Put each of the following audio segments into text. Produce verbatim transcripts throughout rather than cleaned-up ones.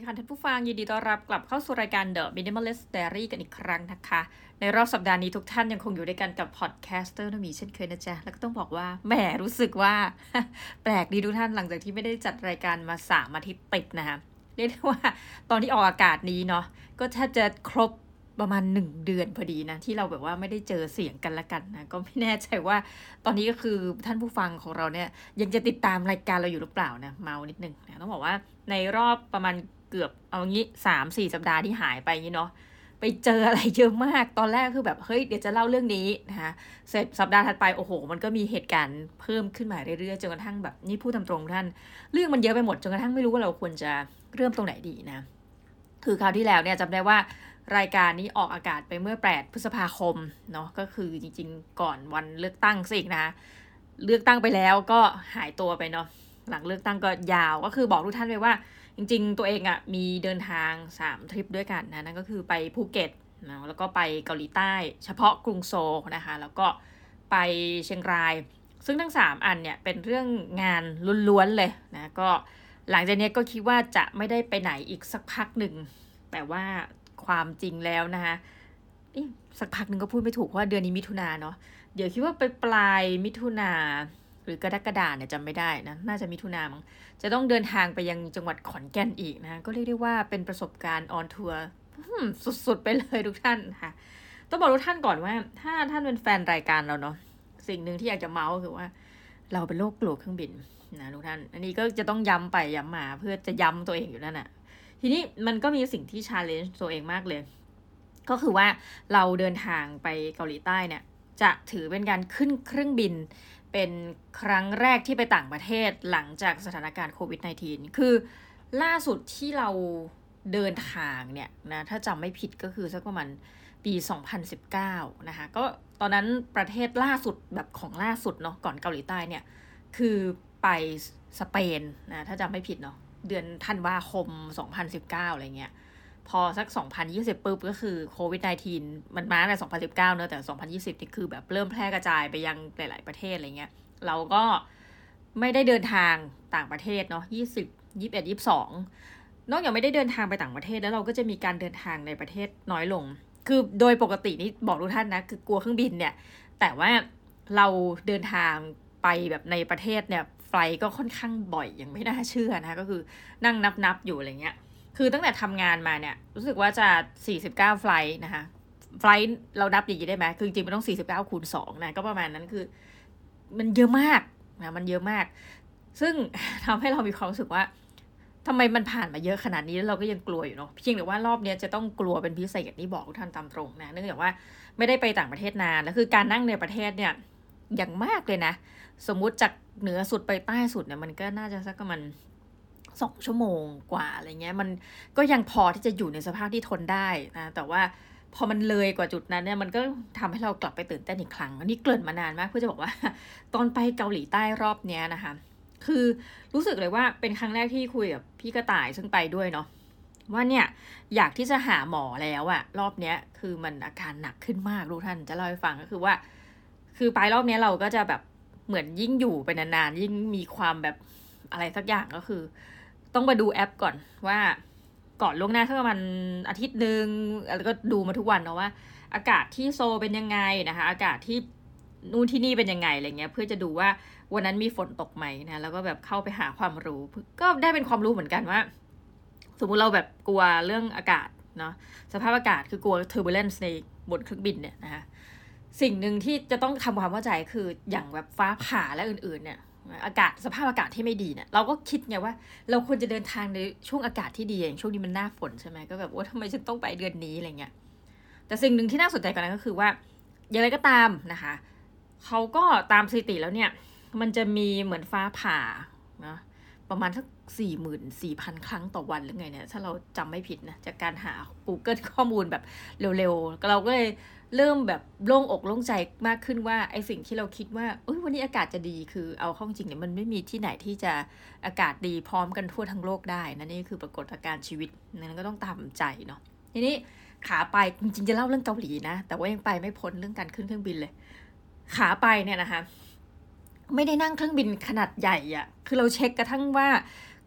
ค่ะท่านผู้ฟังยินดีต้อนรับกลับเข้าสู่รายการ The Minimalist Diary กันอีกครั้งนะคะในรอบสัปดาห์นี้ทุกท่านยังคงอยู่ด้วยกันกับพอดแคสเตอร์น้องหมีเช่นเคยนะจ๊ะแล้วก็ต้องบอกว่าแหมรู้สึกว่า แปลกดีทุกท่านหลังจากที่ไม่ได้จัดรายการมาสามอาทิตย์ติดนะคะเรียกได้ว่าตอนที่ออกอากาศนี้เนาะก็แทบจะครบประมาณหนึ่งเดือนพอดีนะที่เราแบบว่าไม่ได้เจอเสียงกันละกันนะก็ไม่แน่ใจว่าตอนนี้ก็คือท่านผู้ฟังของเราเนี่ยยังจะติดตามรายการเราอยู่หรือเปล่านะเมานิดนึงนะต้องบอกว่าในรอบประมาณเกือบเอางี้ สามสี่ สัปดาห์ที่หายไปงี้เนาะไปเจออะไรเยอะมากตอนแรกคือแบบเฮ้ยเดี๋ยวจะเล่าเรื่องนี้นะคะเสร็จสัปดาห์ถัดไปโอ้โหมันก็มีเหตุการณ์เพิ่มขึ้นมาเรื่อยๆจนกระทั่งแบบนี่พูดตามตรงท่านเรื่องมันเยอะไปหมดจนกระทั่งไม่รู้ว่าเราควรจะเริ่มตรงไหนดีนะคือคราวที่แล้วเนี่ยจำได้ว่ารายการนี้ออกอากาศไปเมื่อแปดพฤษภาคมเนาะก็คือจริงๆก่อนวันเลือกตั้งสินะเลือกตั้งไปแล้วก็หายตัวไปเนาะหลังเลือกตั้งก็ยาวก็คือบอกทุกท่านไปว่าจริงๆตัวเองอะ่ะมีเดินทางสามทริปด้วยกันนะนั่นก็คือไปภูเก็ตนะแล้วก็ไปเกาหลีใต้เฉพาะกรุงโซลนะคะแล้วก็ไปเชียงรายซึ่งทั้งสามอันเนี่ยเป็นเรื่องงานล้วนๆเลยนะก็หลังจากนี้ก็คิดว่าจะไม่ได้ไปไหนอีกสักพักหนึ่งแต่ว่าความจริงแล้วนะคะสักพักหนึ่งก็พูดไม่ถูกเพราะว่าเดือนนี้มิถุนาเนาะเดี๋ยวคิดว่าไปปลายมิถุนาหรือกรกฎาเนี่ยจำไม่ได้นะน่าจะมิถุนามั้งจะต้องเดินทางไปยังจังหวัดขอนแก่นอีกนะก็เรียกได้ว่าเป็นประสบการณ์ออนทัวร์สุดๆไปเลยทุกท่านค่ะต้องบอกทุกท่านก่อนว่าถ้าท่านเป็นแฟนรายการเราเนาะสิ่งหนึ่งที่อยากจะเมาส์คือว่าเราเป็นโรคกลัวเครื่องบินนะทุกท่านอันนี้ก็จะต้องย้ำไปย้ำมาเพื่อจะย้ำตัวเองอยู่นั่นแหะทีนี้มันก็มีสิ่งที่ challenge ตัวเองมากเลยก็คือว่าเราเดินทางไปเกาหลีใต้เนี่ยจะถือเป็นการขึ้นเครื่องบินเป็นครั้งแรกที่ไปต่างประเทศหลังจากสถานการณ์โควิด สิบเก้า คือล่าสุดที่เราเดินทางเนี่ยนะถ้าจำไม่ผิดก็คือสักประมาณปีสองพันสิบเก้านะคะก็ตอนนั้นประเทศล่าสุดแบบของล่าสุดเนาะก่อนเกาหลีใต้เนี่ยคือไปสเปนนะถ้าจำไม่ผิดเนาะเดือนธันวาคมสองพันสิบเก้าอะไรเงี้ยพอสักสองพันยี่สิบปุ๊บก็คือโควิด สิบเก้า มันมาตั้งแต่สองพันสิบเก้าเนอะแต่สองพันยี่สิบนี่คือแบบเริ่มแพร่กระจายไปยังหลายๆประเทศอะไรเงี้ยเราก็ไม่ได้เดินทางต่างประเทศเนาะยี่สิบ ยี่สิบเอ็ด ยี่สิบสองนอกจากไม่ได้เดินทางไปต่างประเทศแล้วเราก็จะมีการเดินทางในประเทศน้อยลงคือโดยปกตินี่บอกทุกท่านนะคือกลัวเครื่องบินเนี่ยแต่ว่าเราเดินทางไปแบบในประเทศเนี่ยไฟล์ก็ค่อนข้างบ่อยอย่างไม่น่าเชื่อนะก็คือนั่งนับๆอยู่อะไรเงี้ยคือตั้งแต่ทำงานมาเนี่ยรู้สึกว่าจะสี่สิบเก้าไฟล์นะคะไฟล์เรานับอย่างนี้ได้ไหมคือจริงๆมันต้องสี่สิบเก้าคูณสองนะก็ประมาณนั้นคือมันเยอะมากนะมันเยอะมากซึ่งทำให้เรามีความรู้สึกว่าทำไมมันผ่านมาเยอะขนาดนี้แล้วเราก็ยังกลัวอยู่เนาะเพียงแต่ว่ารอบนี้จะต้องกลัวเป็นพิเศษนี่บอกทุกท่านตามตรงนะเนื่องจากว่าไม่ได้ไปต่างประเทศนานแล้วคือการนั่งในประเทศเนี่ยอย่างมากเลยนะสมมุติจากเหนือสุดไปใต้สุดเนี่ยมันก็น่าจะสักประมาณสองชั่วโมงกว่าอะไรเงี้ยมันก็ยังพอที่จะอยู่ในสภาพที่ทนได้นะแต่ว่าพอมันเลยกว่าจุดนั้นเนี่ยมันก็ทำให้เรากลับไปตื่นเต้นอีกครั้งอันนี้เกริ่นมานานมากเพื่อจะบอกว่าตอนไปเกาหลีใต้รอบเนี้ยนะคะคือรู้สึกเลยว่าเป็นครั้งแรกที่คุยกับพี่กระต่ายซึ่งไปด้วยเนาะว่าเนี่ยอยากที่จะหาหมอแล้วอะรอบเนี้ยคือมันอาการหนักขึ้นมากทุกท่านจะเล่าให้ฟังก็คือว่าคือไปรอบนี้เราก็จะแบบเหมือนยิ่งอยู่ไปนานๆยิ่งมีความแบบอะไรสักอย่างก็คือต้องมาดูแอปก่อนว่าก่อนล่วงหน้าสักประมาณอาทิตย์นึงแล้วก็ดูมาทุกวันเนาะว่าอากาศที่โซเป็นยังไงนะคะอากาศที่นู่นที่นี่เป็นยังไงอะไรเงี้ยเพื่อจะดูว่าวันนั้นมีฝนตกไหมนะแล้วก็แบบเข้าไปหาความรู้ก็ได้เป็นความรู้เหมือนกันว่าสมมุติเราแบบกลัวเรื่องอากาศเนาะสภาพอากาศคือกลัว turbulence ในบนเครื่องบินเนี่ยนะคะสิ่งหนึ่งที่จะต้องทำความเข้าใจคืออย่างแบบฟ้าผ่าและอื่นๆเนี่ยอากาศสภาพอากาศที่ไม่ดีเนี่ยเราก็คิดไงว่าเราควรจะเดินทางในช่วงอากาศที่ดีอย่างช่วงนี้มันหน้าฝนใช่ไหมก็แบบว่าทำไมฉันต้องไปเดือนนี้อะไรเงี้ยแต่สิ่งหนึ่งที่น่าสนใจกว่านั้นก็คือว่าอย่างไรก็ตามนะคะเขาก็ตามสถิติแล้วเนี่ยมันจะมีเหมือนฟ้าผ่านะประมาณสักสี่หมื่นสี่พันครั้งต่อวันหรือไงเนี่ยถ้าเราจำไม่ผิดนะจากการหา Google ข้อมูลแบบเร็วๆเราก็เลยเริ่มแบบโล่งอกโล่งใจมากขึ้นว่าไอสิ่งที่เราคิดว่าเอ้ยวันนี้อากาศจะดีคือเอาเข้าจริงเนี่ยมันไม่มีที่ไหนที่จะอากาศดีพร้อมกันทั่วทั้งโลกได้นะนี่คือปรากฏการณ์ชีวิตนั้นก็ต้องตามใจเนาะทีนี้ขาไปจริงๆจะเล่าเรื่องเกาหลีนะแต่ว่ายังไปไม่พ้นเรื่องการขึ้นเครื่องบินเลยขาไปเนี่ยนะคะไม่ได้นั่งเครื่องบินขนาดใหญ่อะคือเราเช็คกระทั่งว่า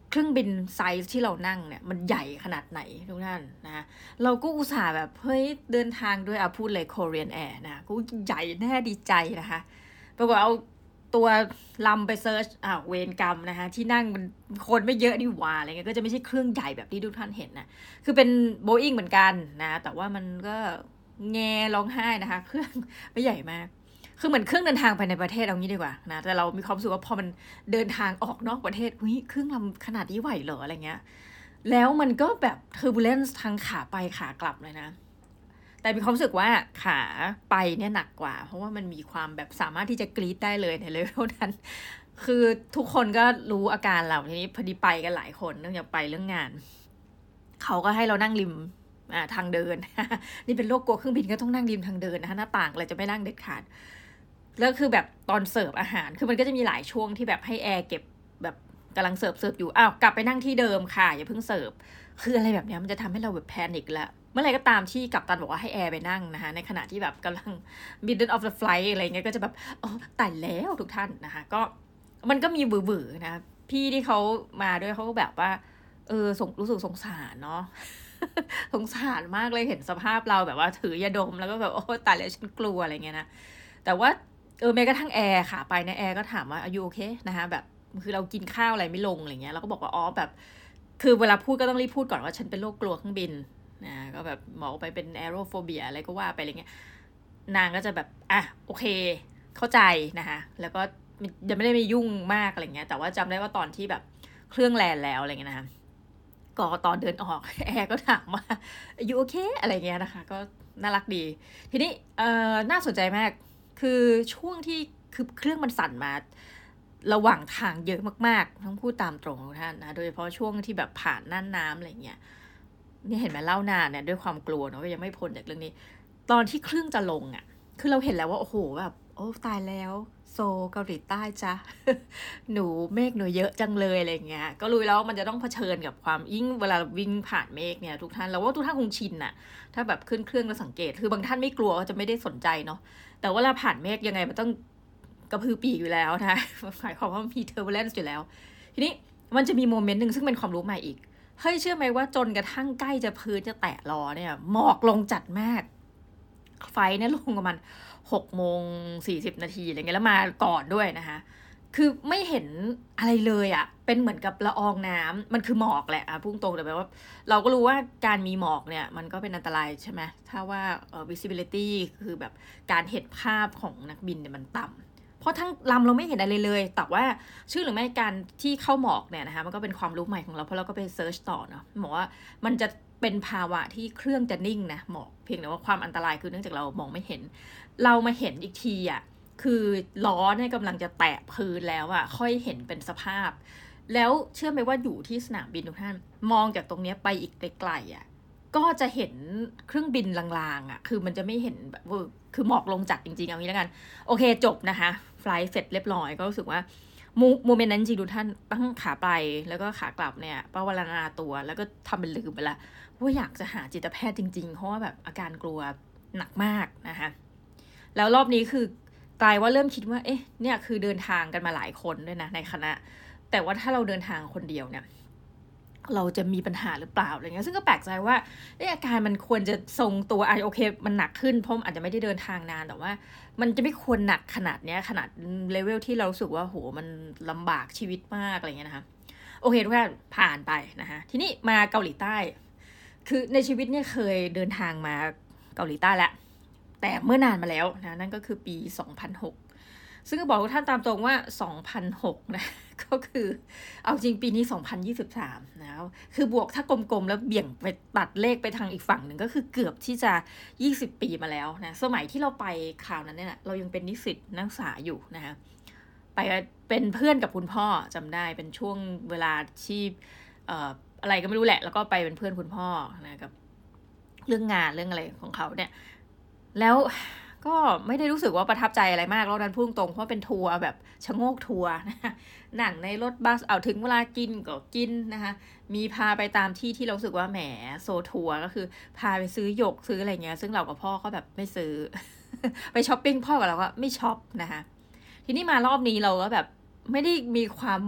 เครื่องบินไซส์ที่เรานั่งเนี่ยมันใหญ่ขนาดไหนทุกท่านนะเราก็อุตส่าห์แบบเฮ้ยเดินทางด้วยอ่ะพูดเลย Korean Air นะก็ใหญ่แน่ดีใจนะคะปรากฏเอาตัวลำไปเซิร์ชอ่าวเวรกรรมนะคะที่นั่งมันคนไม่เยอะนี่หว่าอะไรเงี้ยก็จะไม่ใช่เครื่องใหญ่แบบที่ทุกท่านเห็นนะคือเป็น Boeing เหมือนกันนะแต่ว่ามันก็แงร้องไห้นะคะเครื่องไม่ใหญ่มากคือเหมือนเครื่องเดินทางไปในประเทศเอางี้ดีกว่านะแต่เรามีความรู้สึกว่าพอมันเดินทางออกนอกประเทศเฮ้ยเครื่องลำขนาดนี้ไหวเหรออะไรเงี้ยแล้วมันก็แบบ turbulence ทั้งขาไปขากลับเลยนะแต่มีความรู้สึกว่าขาไปเนี่ยหนักกว่าเพราะว่ามันมีความแบบสามารถที่จะกรี๊ดได้เลยในเลเวลนั้นคือทุกคนก็รู้อาการเราทีนี้พอดีไปกันหลายคนเนื่องจากไปเรื่องงานเขาก็ให้เรานั่งริมทางเดิน นี่เป็นโรคกลัวเครื่องบินก็ต้องนั่งริมทางเดินนะคะหน้าต่างเราจะไม่นั่งเด็ดขาดแล้วคือแบบตอนเสิร์ฟอาหารคือมันก็จะมีหลายช่วงที่แบบให้แอร์เก็บแบบกำลังเสิร์ฟเสิร์ฟอยู่อ้าวกลับไปนั่งที่เดิมค่ะอย่าเพิ่งเสิร์ฟคืออะไรแบบนี้มันจะทำให้เราแบบแพนิคละเมื่อไหร่ก็ตามที่กัปตันบอกว่าให้แอร์ไปนั่งนะคะในขณะที่แบบกำลัง middle of the flight อะไรเงี้ยก็จะแบบอ๋อตายแล้วทุกท่านนะคะก็มันก็มีบื้อๆนะพี่ที่เขามาด้วยเขาก็แบบว่าเออสงรู้สึกสงสารเนาะ สงสารมากเลยเห็นสภาพเราแบบว่าถือยาดมแล้วก็แบบโอ้ตายแล้วฉันกลัวอะไรเงี้ยนะแต่ว่าเออแม้กระทั่งแอร์ค่ะไปในแอร์ก็ถามว่าอายุโอเคนะคะแบบคือเรากินข้าวอะไรไม่ลงอะไรเงี้ยเราก็บอกว่าอ๋อแบบคือเวลาพูดก็ต้องรีบพูดก่อนว่าฉันเป็นโรคกลัวเครื่องบินนะก็แบบหมอไปเป็นแอโรโฟเบียอะไรก็ว่าไปอะไรเงี้ยนางก็จะแบบอ่ะโอเคเข้าใจนะคะแล้วก็ยังไม่ได้ไปยุ่งมากอะไรเงี้ยแต่ว่าจำได้ว่าตอนที่แบบเครื่องแลนแล้วอะไรเงี้ยนะคะก็ตอนเดินออกแอร์ก็ถามว่าอยู่โอเคอะไรเงี้ยนะคะก็น่ารักดีทีนี้เอ่อน่าสนใจมากคือช่วงที่คือเครื่องมันสั่นมาระหว่างทางเยอะมากๆต้องพูดตามตรงทุกท่านนะโดยเฉพาะช่วงที่แบบผ่านน่านน้ำอะไรเงี้ยนี่เห็นไหมเล่านานเนี่ยด้วยความกลัวเนาะยังไม่พ้นจากเรื่องนี้ตอนที่เครื่องจะลงอ่ะคือเราเห็นแล้วว่าโอ้โหแบบโอ้ตายแล้วโซเกาหลีใต้จ้ะ หนูเมฆหนูเยอะจังเลยอะไรเงี้ยก็รู้แล้วมันจะต้องเผชิญกับความยิ่งเวลาวิ่งผ่านเมฆเนี่ยทุกท่านเราว่าทุกท่านคงชินน่ะถ้าแบบขึ้นเครื่องแล้วสังเกตคือบางท่านไม่กลัวก็จะไม่ได้สนใจเนาะแต่ว่าเวลาผ่านเมฆยังไงมันต้องกระพือปีกอยู่แล้วนะหมายความว่ามีเทอร์เบลเลนซ์อยู่แล้วทีนี้มันจะมีโมเมนต์นึงซึ่งเป็นความรู้ใหม่อีกเฮ้ยเชื่อไหมว่าจนกระทั่งใกล้จะพื้นจะแตะล้อเนี่ยหมอกลงจัดมากไฟเนี่ยลงประมาณหกโมงสี่สิบนาทีอะไรเงี้ยแล้วมาก่อนด้วยนะคะคือไม่เห็นอะไรเลยอะ่ะเป็นเหมือนกับละอองน้ำมันคือหมอกแหละอ่ะพุ่งตรงแต่แปลว่าเราก็รู้ว่าการมีหมอกเนี่ยมันก็เป็นอันตรายใช่ไหมถ้าว่าเอ่อ visibility คือแบบการเห็นภาพของนักบินเนี่ยมันต่ำเพราะทั้งลำเราไม่เห็นอะไรเลยแต่ว่าชื่อหรือไม่การที่เข้าหมอกเนี่ยนะคะมันก็เป็นความรู้ใหม่ของเราเพราะเราก็ไปเซิร์ชต่อเนาะบอกว่ามันจะเป็นภาวะที่เครื่องจะนิ่งนะหมอกเพียงแต่ว่าความอันตรายคือเนื่องจากเรามองไม่เห็นเรามาเห็นอีกทีอ่ะคือล้อเนี่ยกำลังจะแตะพื้นแล้วอ่ะค่อยเห็นเป็นสภาพแล้วเชื่อไหมว่าอยู่ที่สนามบินทุกท่านมองจากตรงนี้ไปอีกไกลๆอ่ะก็จะเห็นเครื่องบินลางๆอ่ะคือมันจะไม่เห็นแบบคือหมอกลงจัดจริงๆเอางี้แล้วกันโอเคจบนะคะไฟล์เสร็จเรียบร้อยก็รู้สึกว่าโมเมนต์นั้นจริงทุกท่านตั้งขาไปแล้วก็ขากลับเนี่ยประวารณาตัวแล้วก็ทำเป็นลืมไปละว่าอยากจะหาจิตแพทย์จริงๆเพราะว่าแบบอาการกลัวหนักมากนะคะแล้วรอบนี้คือกลายว่าเริ่มคิดว่าเอ๊ะเนี่ยคือเดินทางกันมาหลายคนด้วยนะในคณะแต่ว่าถ้าเราเดินทางคนเดียวเนี่ยเราจะมีปัญหาหรือเปล่าอะไรเงี้ยซึ่งก็แปลกใจว่าเอ๊ะอาการมันควรจะทรงตัวอ่ะโอเคมันหนักขึ้นเพราะอาจจะไม่ได้เดินทางนานแต่ว่ามันจะไม่ควรหนักขนาดเนี้ยขนาดเลเวลที่เรารู้สึกว่าโหมันลำบากชีวิตมากอะไรเงี้ยนะคะโอเคทุกท่านผ่านไปนะคะทีนี้มาเกาหลีใต้คือในชีวิตเนี่ยเคยเดินทางมาเกาหลีใต้แล้วแต่เมื่อนานมาแล้วนะนั่นก็คือปีสองพันหกซึ่งก็บอกทุกท่านตามตรงว่าสองพันหกนะก็คือเอาจริงปีนี้สองพันยี่สิบสามนะคือบวกถ้ากลมๆแล้วเบี่ยงไปตัดเลขไปทางอีกฝั่งหนึ่งก็คือเกือบที่จะยี่สิบปีมาแล้วนะสมัยที่เราไปคราวนั้นเนี่ยเรายังเป็นนิสิตนักศึกษาอยู่นะคะไปเป็นเพื่อนกับคุณพ่อจำได้เป็นช่วงเวลาที่เอ่ออะไรก็ไม่รู้แหละแล้วก็ไปเป็นเพื่อนคุณพ่อนะกับเรื่องงานเรื่องอะไรของเขาเนี่ยแล้วก็ไม่ได้รู้สึกว่าประทับใจอะไรมากแล้วนั้นพุ่งตรงเพราะเป็นทัวร์แบบชะโงกทัวร์นะหนังในรถบัสเอาถึงเวลากินก็กินนะคะมีพาไปตามที่ที่เราสึกว่าแหมโซทัวร์ก็คือพาไปซื้อหยกซื้ออะไรเงี้ยซึ่งเรากับพ่อก็แบบไม่ซื้อ ไปช้อปปิ้งพ่อกับเราก็ไม่ช็อปนะคะทีนี้มารอบนี้เราก็แบบไม่ได้มีความหวัง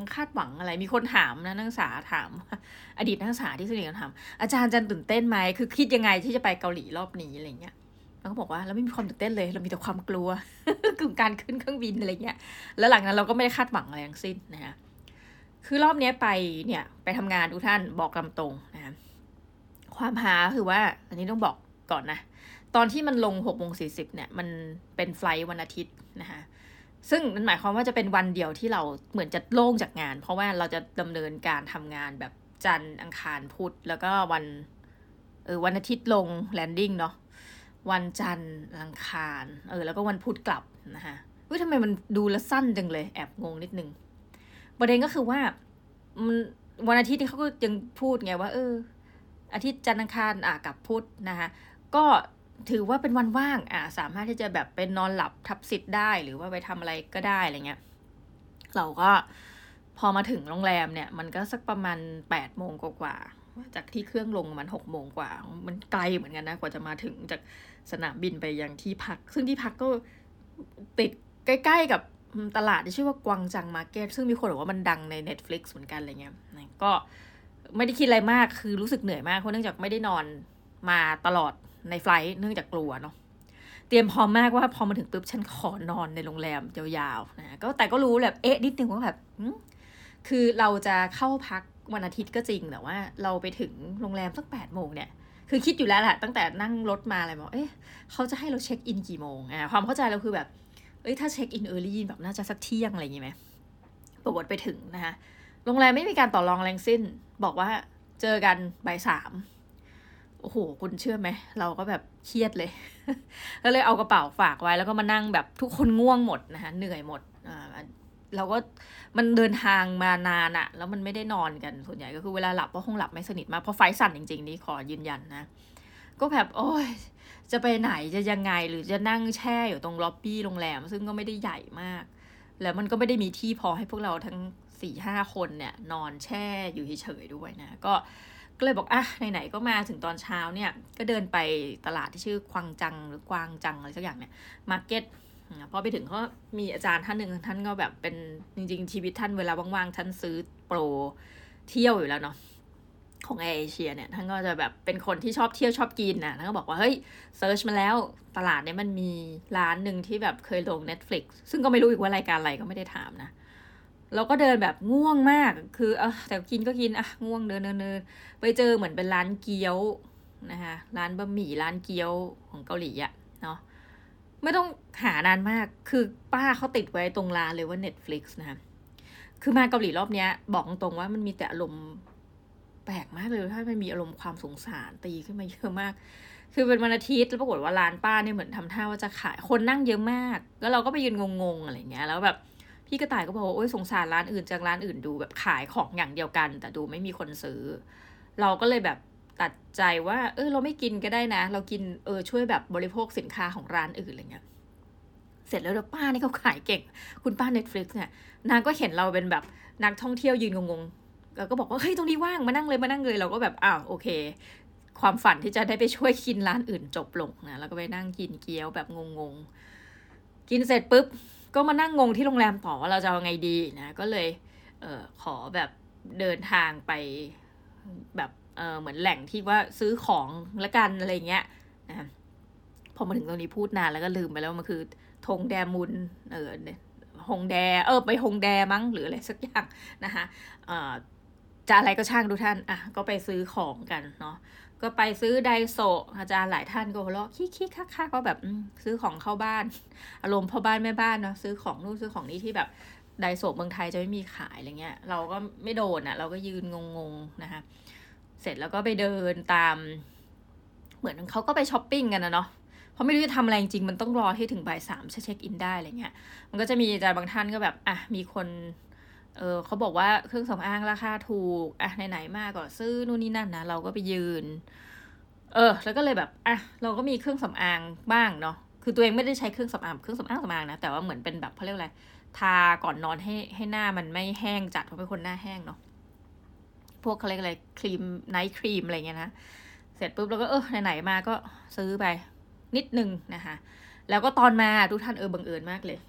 คาดหวังอะไรมีคนถามนะนักศึกษาถามอดีตนักศึกษาที่สนิทกันถามอาจารย์จันตื่นเต้นไหมคือคิดยังไงที่จะไปเกาหลีรอบนี้อะไรเงี้ยเราก็บอกว่าเราไม่มีความตื่นเต้นเลยเรามีแต่ความกลัว คือการขึ้นเครื่องบินอะไรเงี้ยแล้วหลังนั้นเราก็ไม่ได้คาดหวังอะไรทั้งสิ้นนะคะคือรอบนี้ไปเนี่ยไปทำงานทุกท่านบอกกำตรงนะคะความหาคือว่าอันนี้ต้องบอกก่อนนะตอนที่มันลงหกโมงสี่สิบเนี่ยมันเป็นไฟล์วันอาทิตย์นะคะซึ่งมันหมายความว่าจะเป็นวันเดียวที่เราเหมือนจะโล่งจากงานเพราะว่าเราจะดำเนินการทำงานแบบจันทร์อังคารพุธแล้วก็วันเออวันอาทิตย์ลงแลนดิ้งเนาะวันจันทร์อังคารเออแล้วก็วันพุธกลับนะคะเฮ้ยทำไมมันดูละสั้นจังเลยแอบงงนิดนึงประเด็นก็คือว่ามันวันอาทิตย์ที่เขาก็ยังพูดไงว่าเอออาทิตย์จันทร์อังคารอ่ะกับพุธนะคะก็ถือว่าเป็นวันว่างอ่ะสามารถที่จะแบบเป็นนอนหลับทับสิทธิ์ได้หรือว่าไปทำอะไรก็ได้อะไรเงี้ยเราก็พอมาถึงโรงแรมเนี่ยมันก็สักประมาณแปดโมงกว่าจากที่เครื่องลงมันหกโมงกว่ามันไกลเหมือนกันนะกว่าจะมาถึงจากสนามบินไปยังที่พักซึ่งที่พักก็ติดใกล้ๆกับตลาดที่ชื่อว่ากวางจังมาร์เก็ตซึ่งมีคนบอกว่ามันดังใน Netflix เหมือนกันอะไรเงี้ยก็ไม่ได้คิดอะไรมากคือรู้สึกเหนื่อยมากเพราะเนื่องจากไม่ได้นอนมาตลอดในไฟล์เนื่องจากกลัวเนาะเตรียมพร้อมมากว่าพอมาถึงปุ๊บฉันขอนอนในโรงแรมยาวๆนะก็แต่ก็รู้แบบเอ๊ะนิดนึงว่าแบบคือเราจะเข้าพักวันอาทิตย์ก็จริงแต่ว่าเราไปถึงโรงแรมสักแปดโมงเนี่ยคือคิดอยู่แล้วแหละตั้งแต่นั่งรถมาอะไรบอกเอ๊ะเขาจะให้เราเช็คอินกี่โมงอ่ะความเข้าใจเราคือแบบเอ้ยถ้าเช็คอินเออร์ลี่แบบน่าจะสักเที่ยงอะไรอย่างงี้ไหมปรากฏไปถึงนะคะโรงแรมไม่มีการต่อรองแรงสิ้นบอกว่าเจอกันบ่ายสามโอ้โหคุณเชื่อไหมเราก็แบบเครียดเลย ก็เลยเอากระเป๋าฝากไว้แล้วก็มานั่งแบบทุกคนง่วงหมดนะคะเหนื่อยหมดอ่าเราก็มันเดินทางมานานอะแล้วมันไม่ได้นอนกันส่วนใหญ่ก็คือเวลาหลับก็คงหลับไม่สนิทมากเพราะไฟสั่นจริงๆนี่ขอยืนยันนะก็แบบโอ้ยจะไปไหนจะยังไงหรือจะนั่งแช่อยู่ตรงล็อบบี้โรงแรมซึ่งก็ไม่ได้ใหญ่มากแล้วมันก็ไม่ได้มีที่พอให้พวกเราทั้งสี่ห้าคนเนี่ยนอนแช่อยู่เฉยๆด้วยนะก็ก็เลยบอกอ่ะไหนๆก็มาถึงตอนเช้าเนี่ยก็เดินไปตลาดที่ชื่อควางจังหรือกวางจังอะไรสักอย่างเนี่ยมาร์เก็ตพอไปถึงเขามีอาจารย์ท่านหนึ่งท่านก็แบบเป็นจริงๆชีวิตท่านเวลาว่างๆท่านซื้อโปรเที่ยวอยู่แล้วเนาะของเอเชียเนี่ยท่านก็จะแบบเป็นคนที่ชอบเที่ยวชอบกินนะท่านก็บอกว่าเฮ้ยเซิร์ชมาแล้วตลาดเนี่ยมันมีร้านหนึ่งที่แบบเคยลง Netflix ซึ่งก็ไม่รู้อีกว่ารายการอะไรก็ไม่ได้ถามนะเราก็เดินแบบง่วงมากคือเออแต่กินก็กินอ่ะง่วงเดินเดินเดินไปเจอเหมือนเป็นร้านเกี๊ยวนะคะร้านบะหมี่ร้านเกี๊ยวของเกาหลีอะเนาะไม่ต้องหานานมากคือป้าเขาติดไว้ตรงร้านเลยว่า Netflix นะคะคือมาเกาหลีรอบเนี้ยบอกตรงว่ามันมีแต่อารมณ์แปลกมากเลยถ้ามันมีอารมณ์ความสงสารตีขึ้นมาเยอะมากคือเป็นวันอาทิตย์แล้วปรากฏว่าร้านป้าเนี่ยเหมือนทำท่าว่าจะขายคนนั่งเยอะมากแล้วเราก็ไปยืนงงๆอะไรเงี้ยแล้วแบบพี่กระต่ายก็บอกว่าโอ๊ยสงสารร้านอื่นจังร้านอื่นดูแบบขายของอย่างเดียวกันแต่ดูไม่มีคนซื้อเราก็เลยแบบตัดใจว่าเออเราไม่กินก็ได้นะเรากินเออช่วยแบบบริโภคสินค้าของร้านอื่นอะไรเงี้ยเสร็จแล้วเดี๋ยวป้านี่เขาขายเก่งคุณป้า Netflix เนี่ยนางก็เห็นเราเป็นแบบนักท่องเที่ยวยืนงงๆเราก็บอกว่าเฮ้ยตรงนี้ว่างมานั่งเลยมานั่งเลยเราก็แบบอ้าวโอเคความฝันที่จะได้ไปช่วยกินร้านอื่นจบลงนะแล้วก็ไปนั่งกินเกี๊ยวแบบงงๆกินเสร็จปุ๊บก็มานั่งงงที่โรงแรมต่อว่าเราจะเอาไงดีนะก็เลยเออขอแบบเดินทางไปแบบเออเหมือนแหล่งที่ว่าซื้อของละกันอะไรเงี้ยนะพอมาถึงตรงนี้พูดนานแล้วก็ลืมไปแล้วมันคือธงแดมุนเออฮงแดเออไปฮงแดมั้งหรืออะไรสักอย่างนะคะเอ่อจะอะไรก็ช่างดูท่านอ่ะก็ไปซื้อของกันเนาะก็ไปซื้อไดโซอาจารย์หลายท่านก็หัวเราะคิกๆคักๆก็แบบซื้อของเข้าบ้านอารมณ์พ่อบ้านแม่บ้านเนาะซื้อของนู่นซื้อของนี้ที่แบบไดโซเมืองไทยจะไม่มีขายอะไรเงี้ยเราก็ไม่โดนอ่ะเราก็ยืนงงๆนะคะเสร็จแล้วก็ไปเดินตามเหมือนเขาก็ไปช้อปปิ้งกันนะเนาะเพราะไม่รู้จะทำอะไรจริงมันต้องรอให้ถึงบ่ายสามเช็คอินได้อะไรเงี้ยมันก็จะมีอาจารย์บางท่านก็แบบอ่ะมีคนเออเขาบอกว่าเครื่องสำอางราคาถูกอ่ะไหนๆมาก็ซื้อนู่นนี่นั่นนะเราก็ไปยืนเออแล้วก็เลยแบบอ่ะเราก็มีเครื่องสำอางบ้างเนาะคือตัวเองไม่ได้ใช้เครื่องสำอางเครื่องสำอางสำอางนะแต่ว่าเหมือนเป็นแบบเขาเรียกอะไรทาก่อนนอนให้ให้หน้ามันไม่แห้งจัดเพราะเป็นคนหน้าแห้งเนาะพวกเขาเรียกอะไรครีมไนท์ครีมอะไรเงี้ยนะเสร็จปุ๊บเราก็เออไหนๆมาก็ซื้อไปนิดนึงนะคะแล้วก็ตอนมาทุกท่านเออบังเอิญมากเลย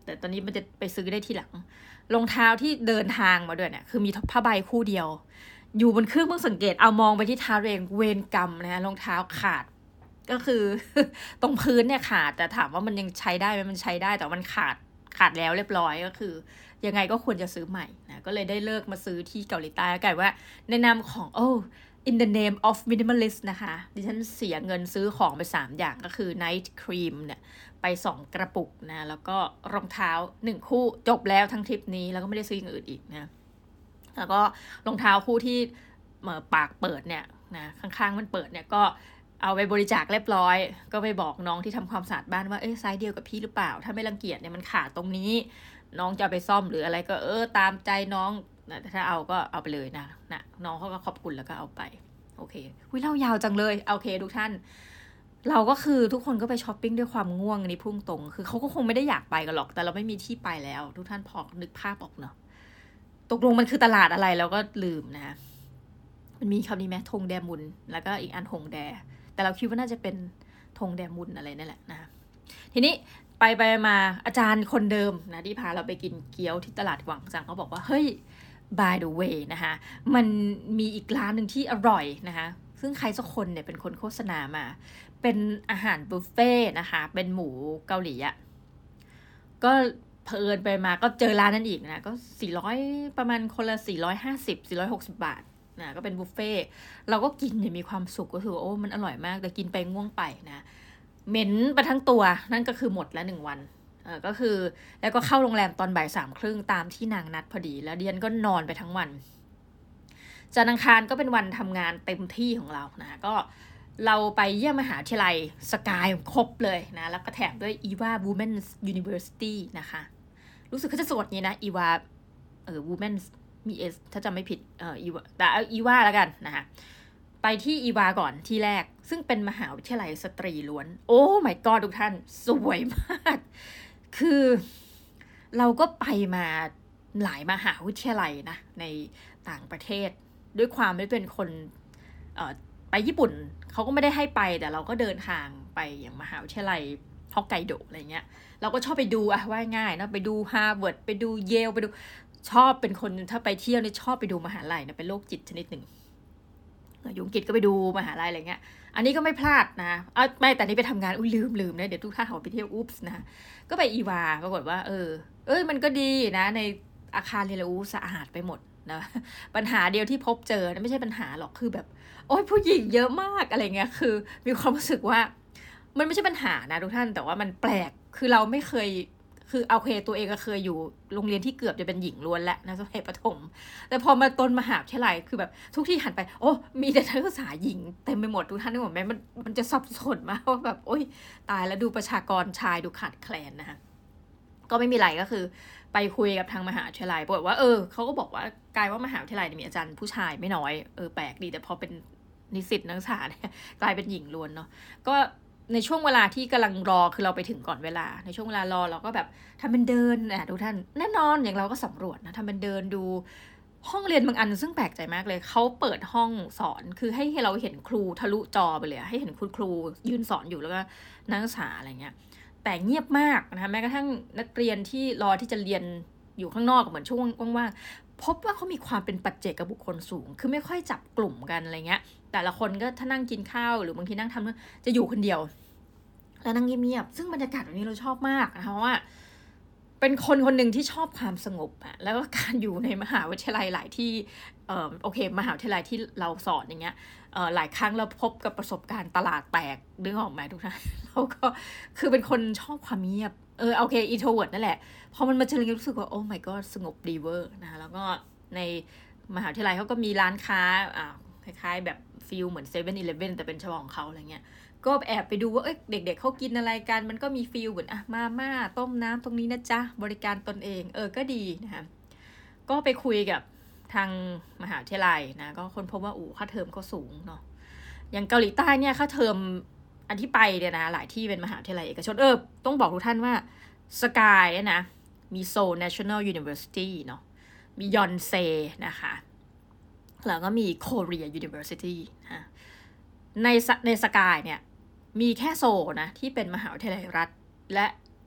แต่ตอนนี้มันจะไปซื้อได้ทีหลังรองเท้าที่เดินทางมาด้วยเนี่ยคือมีผ้าใบคู่เดียวอยู่บนเครื่องเพิ่งสังเกตเอามองไปที่เท้าเองเวรกรรมนะรองเท้าขาดก็คือ ตรงพื้นเนี่ยขาดแต่ถามว่ามันยังใช้ได้ไหมมันใช้ได้แต่มันขาดขาดแล้วเรียบร้อยก็คือยังไงก็ควรจะซื้อใหม่นะก็เลยได้เลิกมาซื้อที่เกาหลีใต้กลายว่าในนามของโอ้ in the name of minimalist นะคะดิฉันเสียเงินซื้อของไปสามอย่างก็คือ night cream เนี่ยไปสองกระปุกนะแล้วก็รองเท้าหนึ่งคู่จบแล้วทั้งทริปนี้แล้วก็ไม่ได้ซื้ออย่างอื่นอีกนะแล้วก็รองเท้าคู่ที่ปากเปิดเนี่ยนะข้างๆมันเปิดเนี่ยก็เอาไปบริจาคเรียบร้อยก็ไปบอกน้องที่ทำความสะอาดบ้านว่าเอ้ยไซส์เดียวกับพี่หรือเปล่าถ้าไม่รังเกียจเนี่ยมันขาดตรงนี้น้องจะเอาไปซ่อมหรืออะไรก็เออตามใจน้องนะถ้าเอาก็เอาไปเลยนะนะน้องเขาก็ขอบคุณแล้วก็เอาไปโอเควิเล่ายาวจังเลยโอเคทุกท่านเราก็คือทุกคนก็ไปช้อปปิ้งด้วยความง่วงอันนี้พุ่งตรงคือเขาก็คงไม่ได้อยากไปกันหรอกแต่เราไม่มีที่ไปแล้วทุกท่านพอนึกภาพออกเนาะตกลงมันคือตลาดอะไรแล้วก็ลืมนะมันมีคำนี้ไหมธงแดมุนแล้วก็อีกอันธงแดแต่เราคิดว่าน่าจะเป็นธงแดมุนอะไรนั่นแหละนะทีนี้ไปไปมาอาจารย์คนเดิมนะที่พาเราไปกินเกี๊ยวที่ตลาดหวังจังเขาบอกว่าเฮ้ย by the way นะคะมันมีอีกร้านหนึ่งที่อร่อยนะคะซึ่งใครสักคนเนี่ยเป็นคนโฆษณามาเป็นอาหารบุฟเฟ่นะคะเป็นหมูเกาหลีอ่ะก็เพลินไปมาก็เจอร้านนั้นอีกนะก็สี่ร้อยประมาณคนละสี่ร้อยห้าสิบ สี่ร้อยหกสิบบาทนะก็เป็นบุฟเฟ่เราก็กินอย่างมีความสุขก็คือโอ้มันอร่อยมากแต่กินไปง่วงไปนะเหม็นไปทั้งตัวนั่นก็คือหมดละหนึ่งวันเออก็คือแล้วก็เข้าโรงแรมตอนบ่ายสามครึ่งตามที่นางนัดพอดีแล้วเดียนก็นอนไปทั้งวันจันทร์อังคารก็เป็นวันทำงานเต็มที่ของเรานะก็เราไปเยี่ยมมหาวิทยาลัยสกายครบเลยนะแล้วก็แถมด้วย Eva Women's University นะคะรู้สึกเขาจะสะกดนี้นะ Eva เออ Women's มี S ถ้าจำไม่ผิดเออ Eva แต่เอา Eva แล้วกันนะคะไปที่ Eva ก่อนที่แรกซึ่งเป็นมหาวิทยาลัยสตรีล้วนโอ้ my god ทุกท่านสวยมากคือเราก็ไปมาหลายมหาวิทยาลัยนะในต่างประเทศด้วยความไม่เป็นคนเอ่อไปญี่ปุ่นเขาก็ไม่ได้ให้ไปแต่เราก็เดินทางไปอย่างมหาวิทยาลัยฮอกไกโดอะไรเงี้ยเราก็ชอบไปดูอะว่าง่ายนะไปดูฮาร์วาร์ดไปดูเยลไปดูชอบเป็นคนถ้าไปเที่ยวนี่ชอบไปดูมหาลัยนะเป็นโรคจิตชนิดหนึ่งอยู่อังกฤษก็ไปดูมหาลัยอะไรเงี้ยอันนี้ก็ไม่พลาดนะเอาไม่แต่นี่ไปทำงานอุ้ยลืมลืมนะเดี๋ยวทุกท่านขอไปเที่ยวอุ๊ปส์นะก็ไปอีวาปรากฏว่าเออเอ้ยมันก็ดีนะในอาคารเรียนรู้สะอาดไปหมดนะปัญหาเดียวที่พบเจอไม่ใช่ปัญหาหรอกคือแบบโอ้ยผู้หญิงเยอะมากอะไรเงี้ยคือมีความรู้สึกว่ามันไม่ใช่ปัญหานะทุกท่านแต่ว่ามันแปลกคือเราไม่เคยคือเอาเคตัวเองก็เคยอยู่โรงเรียนที่เกือบจะเป็นหญิงล้วนแล้วนะสมัยประถมแต่พอมาต้นมหาวิทยาลัยคือแบบทุกที่หันไปโอ้มีแต่นักศึกษาหญิงเต็มไปหมดทุกท่านได้หมดไหมมันมันจะสับสนมากว่าแบบโอ้ยตายแล้วดูประชากรชายดูขาดแคลนนะคะก็ไม่มีไรก็คือไปคุยกับทางมหาวิทยาลัยบอกว่าเออเขาก็บอกว่ากลายว่ามหาวิทยาลัยมีอาจารย์ผู้ชายไม่น้อยเออแปลกดีแต่พอเป็นนิสิตนักศึกษาเนี่ยกลายเป็นหญิงล้วนเนาะก็ในช่วงเวลาที่กำลังรอคือเราไปถึงก่อนเวลาในช่วงเวลารอเราก็แบบทำเป็นเดินนะทุกท่านแน่นอนอย่างเราก็สำรวจนะทำเป็นเดินดูห้องเรียนบางอันซึ่งแปลกใจมากเลยเขาเปิดห้องสอนคือให้เราเห็นครูทะลุจอไปเลยให้เห็นคุณครูยืนสอนอยู่แล้วก็นักศึกษาอะไรเงี้ยแต่เงียบมากนะคะแม้กระทั่งนักเรียนที่รอที่จะเรียนอยู่ข้างนอกเหมือนช่วงว่างๆพบว่าเขามีความเป็นปัจเจกบุคคลสูงคือไม่ค่อยจับกลุ่มกันอะไรเงี้ยแต่ละคนก็ถ้านั่งกินข้าวหรือบางทีนั่งทำจะอยู่คนเดียวแล้วนั่งเงียบๆซึ่งบรรยากาศแบบนี้เราชอบมากนะคะเพราะว่าเป็นคนคนหนึ่งที่ชอบความสงบอะแล้วก็การอยู่ในมหาวิทยาลัยหลายที่เอ่อโอเคมหาวิทยาลัยที่เราสอนอย่างเงี้ยเอ่อหลายครั้งเราพบกับประสบการณ์ตลาดแตกนึกออกไหมทุกท่านเราก็คือเป็นคนชอบความเงียบเออโอเคอินโทรเวิร์ตนั่นแหละพอมันมาเจออย่างนี้รู้สึกว่าโอ้ my god สงบดีเวอร์นะคะแล้วก็ในมหาวิทยาลัยเขาก็มีร้านค้าอ่าคล้ายๆแบบฟีลเหมือนเซเว่นอีเลฟเว่นแต่เป็นฉลองเขาอะไรเงี้ยก็แอบไปดูว่าเอ้ยเด็กๆเขากินอะไรกันมันก็มีฟีลเหมือนอ่ะมาม่าต้มน้ำตรงนี้นะจ๊ะบริการตนเองเออก็ดีนะคะก็ไปคุยกับทางมหาวิทยาลัยนะก็คนพบว่าอู๋ค่าเทอมก็สูงเนาะอย่างเกาหลีใต้เนี่ยค่าเทอมอันที่ไปเนี่ยนะหลายที่เป็นมหาวิทยาลัยเอกชนเออต้องบอกทุกท่านว่าสกายเนี่ยนะมีโซล National University เนาะมียอนเซนะคะแล้วก็มี Korea University นะในในสกายเนี่ยมีแค่โซนะที่เป็นมหาวิทยาลัยรัฐและ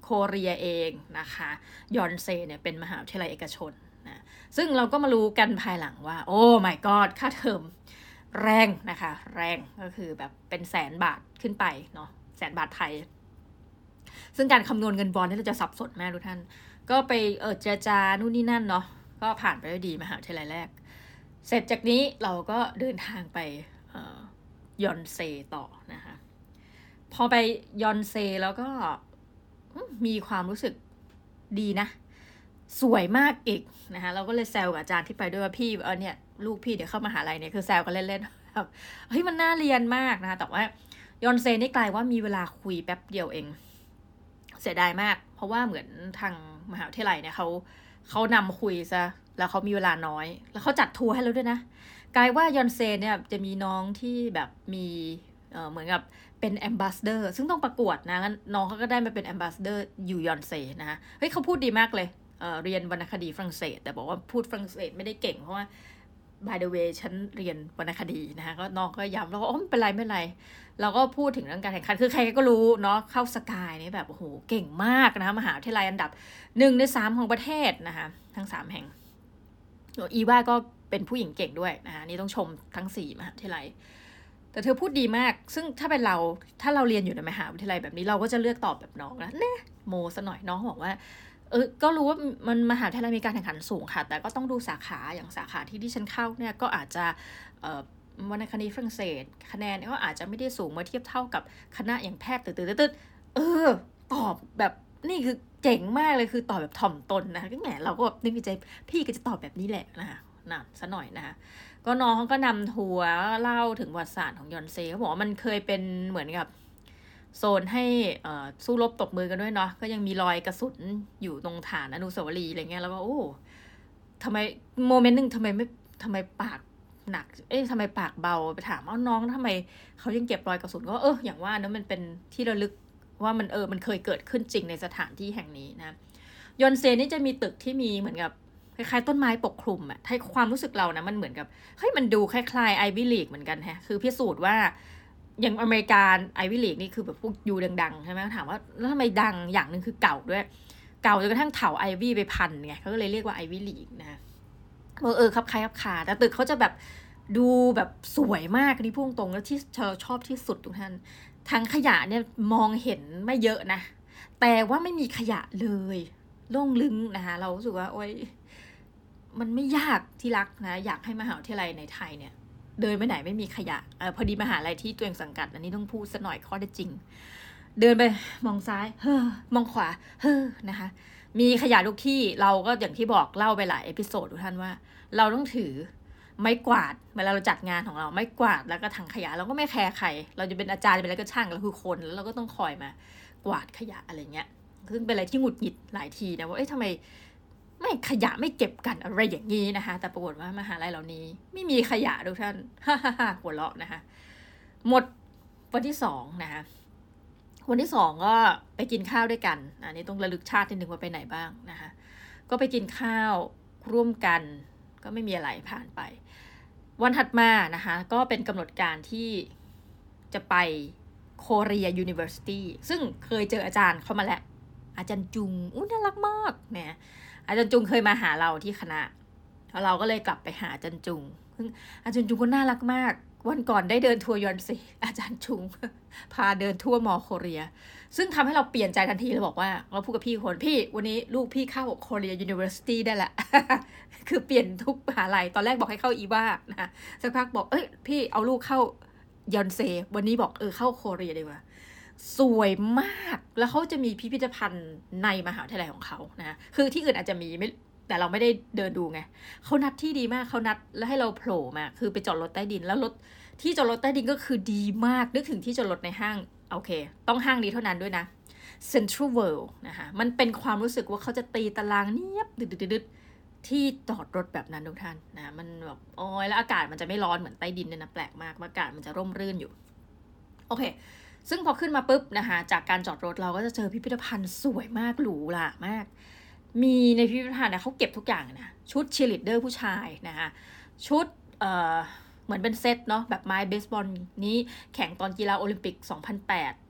โคเรียเองนะคะยอนเซเนี่ยเป็นมหาวิทยาลัยเอกชนนะซึ่งเราก็มารู้กันภายหลังว่าโอ้ my god ค่าเทอมแรงนะคะแรงก็คือแบบเป็นแสนบาทขึ้นไปเนาะแสนบาทไทยซึ่งการคำนวณเงินบอลนี่เราจะสับสนมากทุกท่านก็ไปเออเจรจานู่นนี่นั่นเนาะก็ผ่านไปได้ดีมหาวิทยาลัยแรกเสร็จจากนี้เราก็เดินทางไปยอนเซต่อนะคะพอไปยอนเซแล้วก็มีความรู้สึกดีนะสวยมากอีกนะคะเราก็เลยแซวกับอาจารย์ที่ไปด้วยว่าพี่เออเนี่ยลูกพี่เดี๋ยวเข้ามหาลัยเนี่ยคือแซวกันเล่นๆแบบเฮ้ยมันน่าเรียนมากนะคะแต่ว่ายอนเซนี่กลายว่ามีเวลาคุยแป๊บเดียวเองเสียดายมากเพราะว่าเหมือนทางมหาวิทยาลัยเนี่ยเขาเขานำคุยซะแล้วเขามีเวลาน้อยแล้วเขาจัดทัวร์ให้เราด้วยนะกลายว่ายอนเซเนี่ยจะมีน้องที่แบบมีเอ่อเหมือนกับเป็นแอมบาสเดอร์ซึ่งต้องประกวดนะแล้วน้องเขาก็ได้มาเป็นแอมบาสเดอร์อยู่ยอนเซนะคะเฮ้ยเขาพูดดีมากเลยเอ่อเรียนวรรณคดีฝรั่งเศสแต่บอกว่าพูดฝรั่งเศสไม่ได้เก่งเพราะว่า by the way ฉันเรียนวรรณคดีนะคะก็น้องก็ย้ำแล้วก็โอ้ไม่เป็นไรไม่เป็นไรเราก็พูดถึงเรื่องการแข่งขันคือใครก็รู้เนาะเข้าสกายนี่แบบโอ้โหเก่งมากนะคะมหาวิทยาลัยอันดับหนึ่งในสามของประเทศนะคะทั้งสามแห่งอีว่าก็เป็นผู้หญิงเก่งด้วยนะคะนี่ต้องชมทั้งสี่มหาวิทยาลัยแต่เธอพูดดีมากซึ่งถ้าเป็นเราถ้าเราเรียนอยู่ในมหาวิทยาลัยแบบนี้เราก็จะเลือกตอบแบบน้องนะเนี่ยโมซะหน่อยน้องบอกว่าเออก็รู้ว่ามันมหาวิทยาลัยมีการแข่งขันสูงค่ะแต่ก็ต้องดูสาขาอย่างสาขาที่ดิฉันเข้าเนี่ยก็อาจจะเอ่อวรรณคดีฝรั่งเศสคะแนนก็อาจจะไม่ได้สูงมาเทียบเท่ากับคณะอย่างแพทย์ตืดๆเออตอบแบบนี่คือเจ๋งมากเลยคือตอบแบบถ่อมตนนะคะก็แหมเราก็แบบนึกในใจพี่ก็จะตอบแบบนี้แหละนะคะน่ะซะหน่อยนะคะก็น้องเขาก็นำทัวร์เล่าถึงประวัติศาสตร์ของยอนเซเขาบอกว่ามันเคยเป็นเหมือนกับโซนให้สู้รบตบมือกันด้วยเนาะก็ยังมีรอยกระสุนอยู่ตรงฐานอนุสาวรีย์อะไรเงี้ยแล้วก็โอ้ทำไมโมเมนต์หนึ่งทำไมไม่ทำไมปากหนักเอ๊ะทำไมปากเบาไปถามว่าน้องทำไมเขายังเก็บรอยกระสุนก็เอออย่างว่านะมันเป็นที่ระลึกว่ามันเออมันเคยเกิดขึ้นจริงในสถานที่แห่งนี้นะยอนเซนี่จะมีตึกที่มีเหมือนกับคล้ายๆต้นไม้ปกคลุมอะให้ความรู้สึกเรานะมันเหมือนกับเฮ้ยมันดูคล้ายๆไอวี่ลีกเหมือนกันฮะคือพิสูจน์ว่าอย่างอเมริกาไอวี่ลีกนี่คือแบบพวกยูดังๆใช่ไหมถามว่าแล้วทำไมดังอย่างหนึ่งคือเก่าด้วยเก่าจนกระทั่งเถาไอวี่ไปพันไงเขาก็เลยเรียกว่าไอวี่ลีกนะเออเออครับคล้ายครับคาแต่ตึกเขาจะแบบดูแบบสวยมากนี่พุ่งตรงแล้วที่เธอชอบที่สุดทุกท่านทั้งขยะเนี่ยมองเห็นไม่เยอะนะแต่ว่าไม่มีขยะเลยโล่งลึงนะคะเรารู้สึกว่าโอ๊ยมันไม่ยากที่รักนะอยากให้มหาวิทยาลัยในไทยเนี่ยเดินไปไหนไม่มีขยะอพอดีมหาลัยที่ตัวเองสังกัดอันนี้ต้องพูดซะหน่อยข้อได้จริงเดินไปมองซ้ายเฮ้อมองขวาเฮ้อนะคะมีขยะทุกที่เราก็อย่างที่บอกเล่าไปหลายเอพิโซดทุกท่านว่าเราต้องถือไม้กวาดเวลาเราจัดงานของเราไม้กวาดแล้วก็ถังขยะเราก็ไม่แคร์ใครเราจะเป็นอาจารย์เป็นอะไรก็ช่างเราคือคนแล้วเราก็ต้องคอยมากวาดขยะอะไรเงี้ยซึ่งเป็นอะไรที่หงุดหงิดหลายทีนะว่าเอ๊ะทำไมไม่ขยะไม่เก็บกันอะไรอย่างนี้นะคะแต่ปรากฏว่ามหาลัยเหล่านี้ไม่มีขยะทุกท่านฮ่าฮ่าฮ่าหัวเราะนะคะหมดวันที่สองนะคะวันที่สองก็ไปกินข้าวด้วยกันอันนี้ต้องระลึกชาตินิดนึงว่าไปไหนบ้างนะคะก็ไปกินข้าวร่วมกันก็ไม่มีอะไรผ่านไปวันถัดมานะคะก็เป็นกำหนดการที่จะไปโคเรียยูนิเวอร์ซิตี้ซึ่งเคยเจออาจารย์เข้ามาแล้วอาจารย์จุงอู้น่ารักมากเนี่ยอาจารย์จุงเคยมาหาเราที่คณะแล้วเราก็เลยกลับไปหาอาจารย์จุงซึ่งอาจารย์จุงก็น่ารักมากวันก่อนได้เดินทัวร์ยอนเซอาจารย์จุงพาเดินทั่วมอโคเรียซึ่งทำให้เราเปลี่ยนใจทันทีแล้วบอกว่าเราพูดกับพี่คนพี่วันนี้ลูกพี่เข้าโคเรียยูนิเวอร์ซิตี้ได้ละ คือเปลี่ยนทุกมหาลัยตอนแรกบอกให้เข้าอีว่านะสักพักบอกเอ้ยพี่เอาลูกเข้ายอนเซวันนี้บอกเออเข้าโคเรียดีกว่าสวยมากแล้วเขาจะมีพิพิธภัณฑ์ในมหาวิทยาลัยของเขานะคือที่อื่นอาจจะมีไม่แต่เราไม่ได้เดินดูไงเขานัดที่ดีมากเขานัดแล้วให้เราโผล่มาคือไปจอดรถใต้ดินแล้วรถที่จอดรถใต้ดินก็คือดีมากนึกถึงที่จอดรถในห้างโอเคต้องห้างนี้เท่านั้นด้วยนะ Central World นะคะมันเป็นความรู้สึกว่าเขาจะตีตารางเนียบดึดๆๆที่จอดรถแบบนั้นทุกท่านนะมันแบบโอ้ยแล้วอากาศมันจะไม่ร้อนเหมือนใต้ดินเนี่ยนะแปลกมากอากาศมันจะร่มรื่นอยู่โอเคซึ่งพอขึ้นมาปุ๊บนะคะจากการจอดรถเราก็จะเจอพิพิธภัณฑ์สวยมากหรูหรามากมีในพิพิธภัณฑ์เนี่ยเขาเก็บทุกอย่างนะชุดเชียร์ลีดเดอร์ผู้ชายนะคะชุดเอ่อเหมือนเป็นเซตเนาะแบบไม้เบสบอลนี้แข่งตอนกีฬาโอลิมปิกสองพันแปด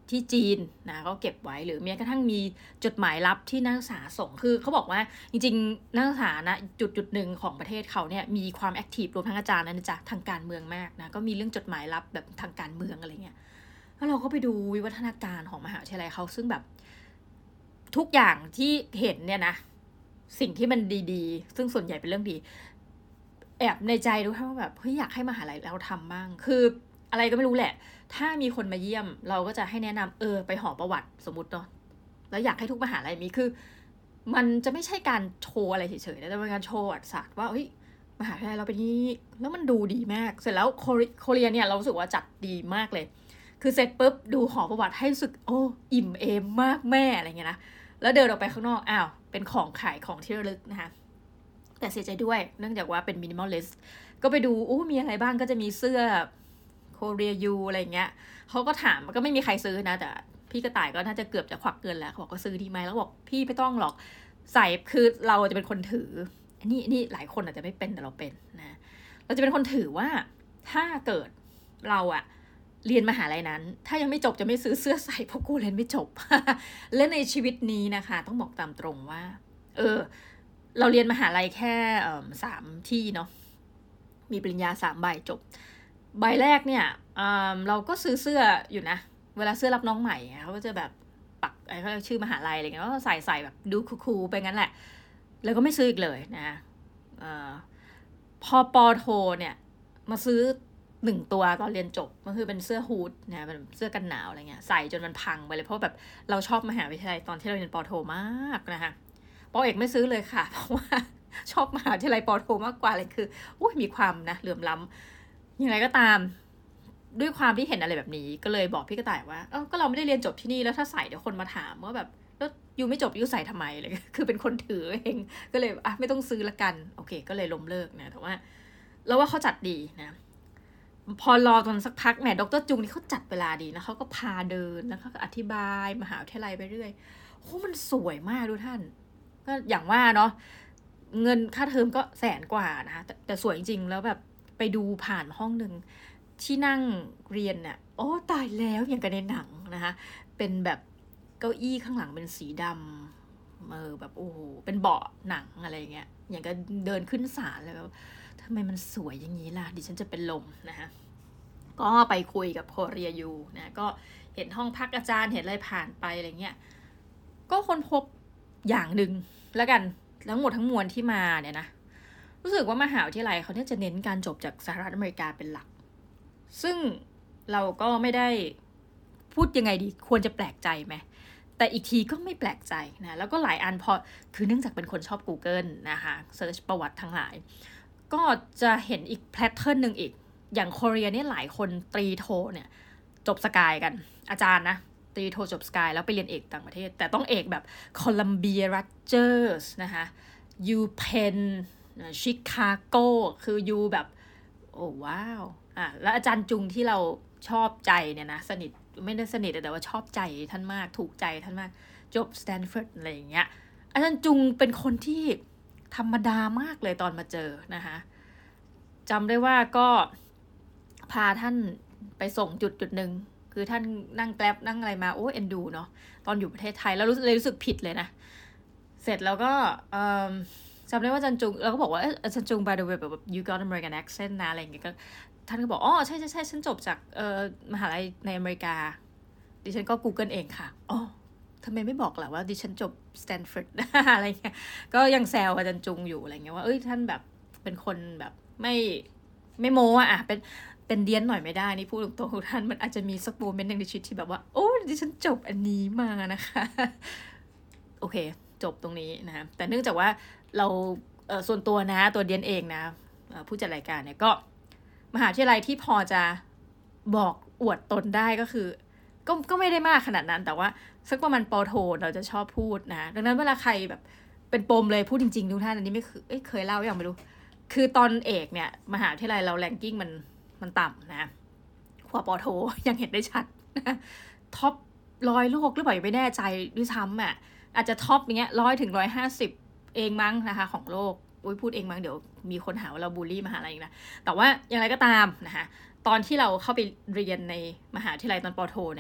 ที่จีนนะก็เก็บไว้หรือแม้กระทั่งมีจดหมายลับที่นักศึกษาส่งคือเขาบอกว่าจริงๆนักศึกษานะจุดจุดหนึ่งของประเทศเขาเนี่ยมีความแอคทีฟรวมทั้งอาจารย์นะจ๊ะทางการเมืองมากนะก็มีเรื่องจดหมายลับแบบทางการเมืองอะไรเงี้ยแล้วเราก็ไปดูวิวัฒนาการของมหาวิทยาลัยเขาซึ่งแบบทุกอย่างที่เห็นเนี่ยนะสิ่งที่มันดีๆซึ่งส่วนใหญ่เป็นเรื่องดีแอบในใจดูว่าแบบเฮ้ยอยากให้มหาลัยเราทำบ้างคืออะไรก็ไม่รู้แหละถ้ามีคนมาเยี่ยมเราก็จะให้แนะนำเออไปหอประวัติสมมติเนาะแล้วอยากให้ทุกมหาลัยมีคือมันจะไม่ใช่การโชว์อะไรเฉยๆนะแต่เป็นการโชว์ประวัติศาสตร์ว่าเฮ้ยมหาวิทยาลัยเราเป็นนี้แล้วมันดูดีมากเสร็จแล้วโคเรียเนี่ยเรารู้สึกว่าจัดดีมากเลยคือเสร็จปุ๊บดูหอประวัติให้รู้สึกโอ้อิ่มเอมมากแม่อะไรเงี้ยนะแล้วเดินออกไปข้างนอกอ้าวเป็นของขายของที่ระลึกนะคะแต่เสียใจด้วยเนื่องจากว่าเป็นมินิมอลลิสต์ก็ไปดูโอ้มีอะไรบ้างก็จะมีเสื้อโคเรียยูอะไรเงี้ยเขาก็ถามก็ไม่มีใครซื้อนะแต่พี่กระต่ายก็น่าจะเกือบจะควักเงินแล้วเขาบอกก็ซื้อดีไหมแล้วบอกพี่ไม่ต้องหรอกใส่คือเราจะเป็นคนถืออันนี้นี่หลายคนอาจจะไม่เป็นแต่เราเป็นนะเราจะเป็นคนถือว่าถ้าเกิดเราอะเรียนมหาลัยนั้นถ้ายังไม่จบจะไม่ซื้อเสื้อใส่เพราะกูเรียนไม่จบ และในชีวิตนี้นะคะต้องบอกตามตรงว่าเออเราเรียนมหาลัยแค่สามที่เนาะมีปริญญาสามใบจบใบแรกเนี่ยเเราก็ซื้อเสื้ออยู่นะเวลาเสื้อรับน้องใหม่เขาก็จะแบบปักอะไรเขาชื่อมหาลัยอะไรเงี้ยก็ใส่ใส่แบบดูคูลๆไปงั้นแหละแล้วก็ไม่ซื้ออีกเลยนะอพอปอโทเนี่ยมาซื้อหนึ่งตัวตอนเรียนจบมันคือเป็นเสื้อฮูดนะเป็นเสื้อกันหนาวอะไรเงี้ยใส่จนมันพังไปเลยเพราะแบบเราชอบมหาวิทยาลัยตอนที่เราเรียนปอโทมากนะคะปอเอกไม่ซื้อเลยค่ะเพราะว่าชอบมหาวิทยาลัยปอโทมากกว่าเลยคืออุ้ยมีความนะเหลื่อมล้ำอย่างไรก็ตามด้วยความที่เห็นอะไรแบบนี้ก็เลยบอกพี่กระต่ายว่าเออก็เราไม่ได้เรียนจบที่นี่แล้วถ้าใส่เดี๋ยวคนมาถามว่าแบบแล้วยูไม่จบยูใส่ทำไมเลยคือเป็นคนถือเองก็เลยอ่ะไม่ต้องซื้อละกันโอเคก็เลยล้มเลิกนะแต่ว่าแล้วว่าเขาจัดดีนะพอรอจนสักพักแหมดร.จุงนี่เขาจัดเวลาดีนะเขาก็พาเดินแล้วเขาก็อธิบายมหาวิทยาลัยไปเรื่อยโอ้มันสวยมากดูท่านก็อย่างว่าเนาะเงินค่าเทอมก็แสนกว่านะแต่แต่สวยจริงๆแล้วแบบไปดูผ่านห้องหนึ่งที่นั่งเรียนเนี่ยโอ้ตายแล้วอย่างกับในหนังนะคะเป็นแบบเก้าอี้ข้างหลังเป็นสีดำเออแบบโอ้โหเป็นเบาะหนังอะไรเงี้ยอย่างกับเดินขึ้นศาลเลยแบบทำไมมันสวยอย่างนี้ล่ะดิฉันจะเป็นลมนะคะก็ไปคุยกับโคเรียยูนะก็เห็นห้องพักอาจารย์เห็นอะไรผ่านไปอะไรเงี้ยก็ค้นพบอย่างหนึ่งแล้วกันทั้งหมดทั้งมวลที่มาเนี่ยนะรู้สึกว่ามหาวิทยาลัยเขาเนี่ยจะเน้นการจบจากสหรัฐอเมริกาเป็นหลักซึ่งเราก็ไม่ได้พูดยังไงดีควรจะแปลกใจไหมแต่อีกทีก็ไม่แปลกใจนะแล้วก็หลายอันพอคือเนื่องจากเป็นคนชอบ Google นะคะเซิร์ชประวัติทั้งหลายก็จะเห็นอีกแพทเทิร์นหนึ่งอีกอย่างโคเรียเนี่ยหลายคนตรีโทเนี่ยจบสกายกันอาจารย์นะตรีโทจบสกายแล้วไปเรียนเอกต่างประเทศแต่ต้องเอกแบบโคลัมเบียรัจเจอร์สนะคะยูเพนชิคาโกคือยูแบบโอ้ว้าวอ่ะแล้วอาจารย์จุงที่เราชอบใจเนี่ยนะสนิทไม่ได้สนิทแต่ว่าชอบใจท่านมากถูกใจท่านมากจบสแตนฟอร์ดอะไรอย่างเงี้ยอาจารย์จุงเป็นคนที่ธรรมดามากเลยตอนมาเจอนะคะจำได้ว่าก็พาท่านไปส่งจุดจุดหนึ่งคือท่านนั่งแกร็บนั่งอะไรมาโอ้เอ็นดูเนาะตอนอยู่ประเทศไทยแล้วรู้เลยรู้สึกผิดเลยนะเสร็จแล้วก็จำได้ว่าอาจารย์จุงเราก็บอกว่าอาจารย์จุง by the way แบบ you got American accent นะอะไรอย่างเงี้ยก็ท่านก็บอกอ๋อใช่ใช่ใช่ฉันจบจากเอ่อมหาลัยในอเมริกาดิฉันก็ Google เองค่ะอ๋อทำไมไม่บอกล่ะว่าดิฉันจบสแตนฟอร์ดอะไรเงี้ยก็ยังแซวอาจารย์จุงอยู่อะไรเงี้ยว่าเอ้ยท่านแบบเป็นคนแบบไม่ไม่โม้อะเป็นเป็นเดียนหน่อยไม่ได้นี่พูดตรงๆท่านมันอาจจะมีสักโมเมนต์นึงในชีวิตที่แบบว่าโอ้ดิฉันจบอันนี้มานะคะโอเคจบตรงนี้นะแต่เนื่องจากว่าเราเอ่อส่วนตัวนะตัวเดียนเองนะผู้จัดรายการเนี่ยก็มหาวิทยาลัยที่พอจะบอกอวดตนได้ก็คือก็ก็ไม่ได้มากขนาดนั้นแต่ว่าสักประมาณปอโทเราจะชอบพูดนะดังนั้นเวลาใครแบบเป็นปมเลยพูดจริงๆทุกท่านอันนี้ไม่เคยเคยเล่าอย่างไม่รู้คือตอนเอกเนี่ยมหาวิทยาลัยเราแรงกิ้งมันมันต่ำนะกว่าปอโทยังเห็นได้ชัดนะท็อปร้อยโลกหรือเปล่าไม่แน่ใจด้วยซ้ำอ่ะอาจจะท็อปอย่างเงี้ยร้อยถึงร้อยห้าสิบเองมั้งนะคะของโลกอุ้ยพูดเองมั้งเดี๋ยวมีคนหาว่าเราบูลลี่มหาลัยนะแต่ว่าอย่างไรก็ตามนะคะตอนที่เราเข้าไปเรียนในมหาวิทยาลัยตอนปอโทเนี่ย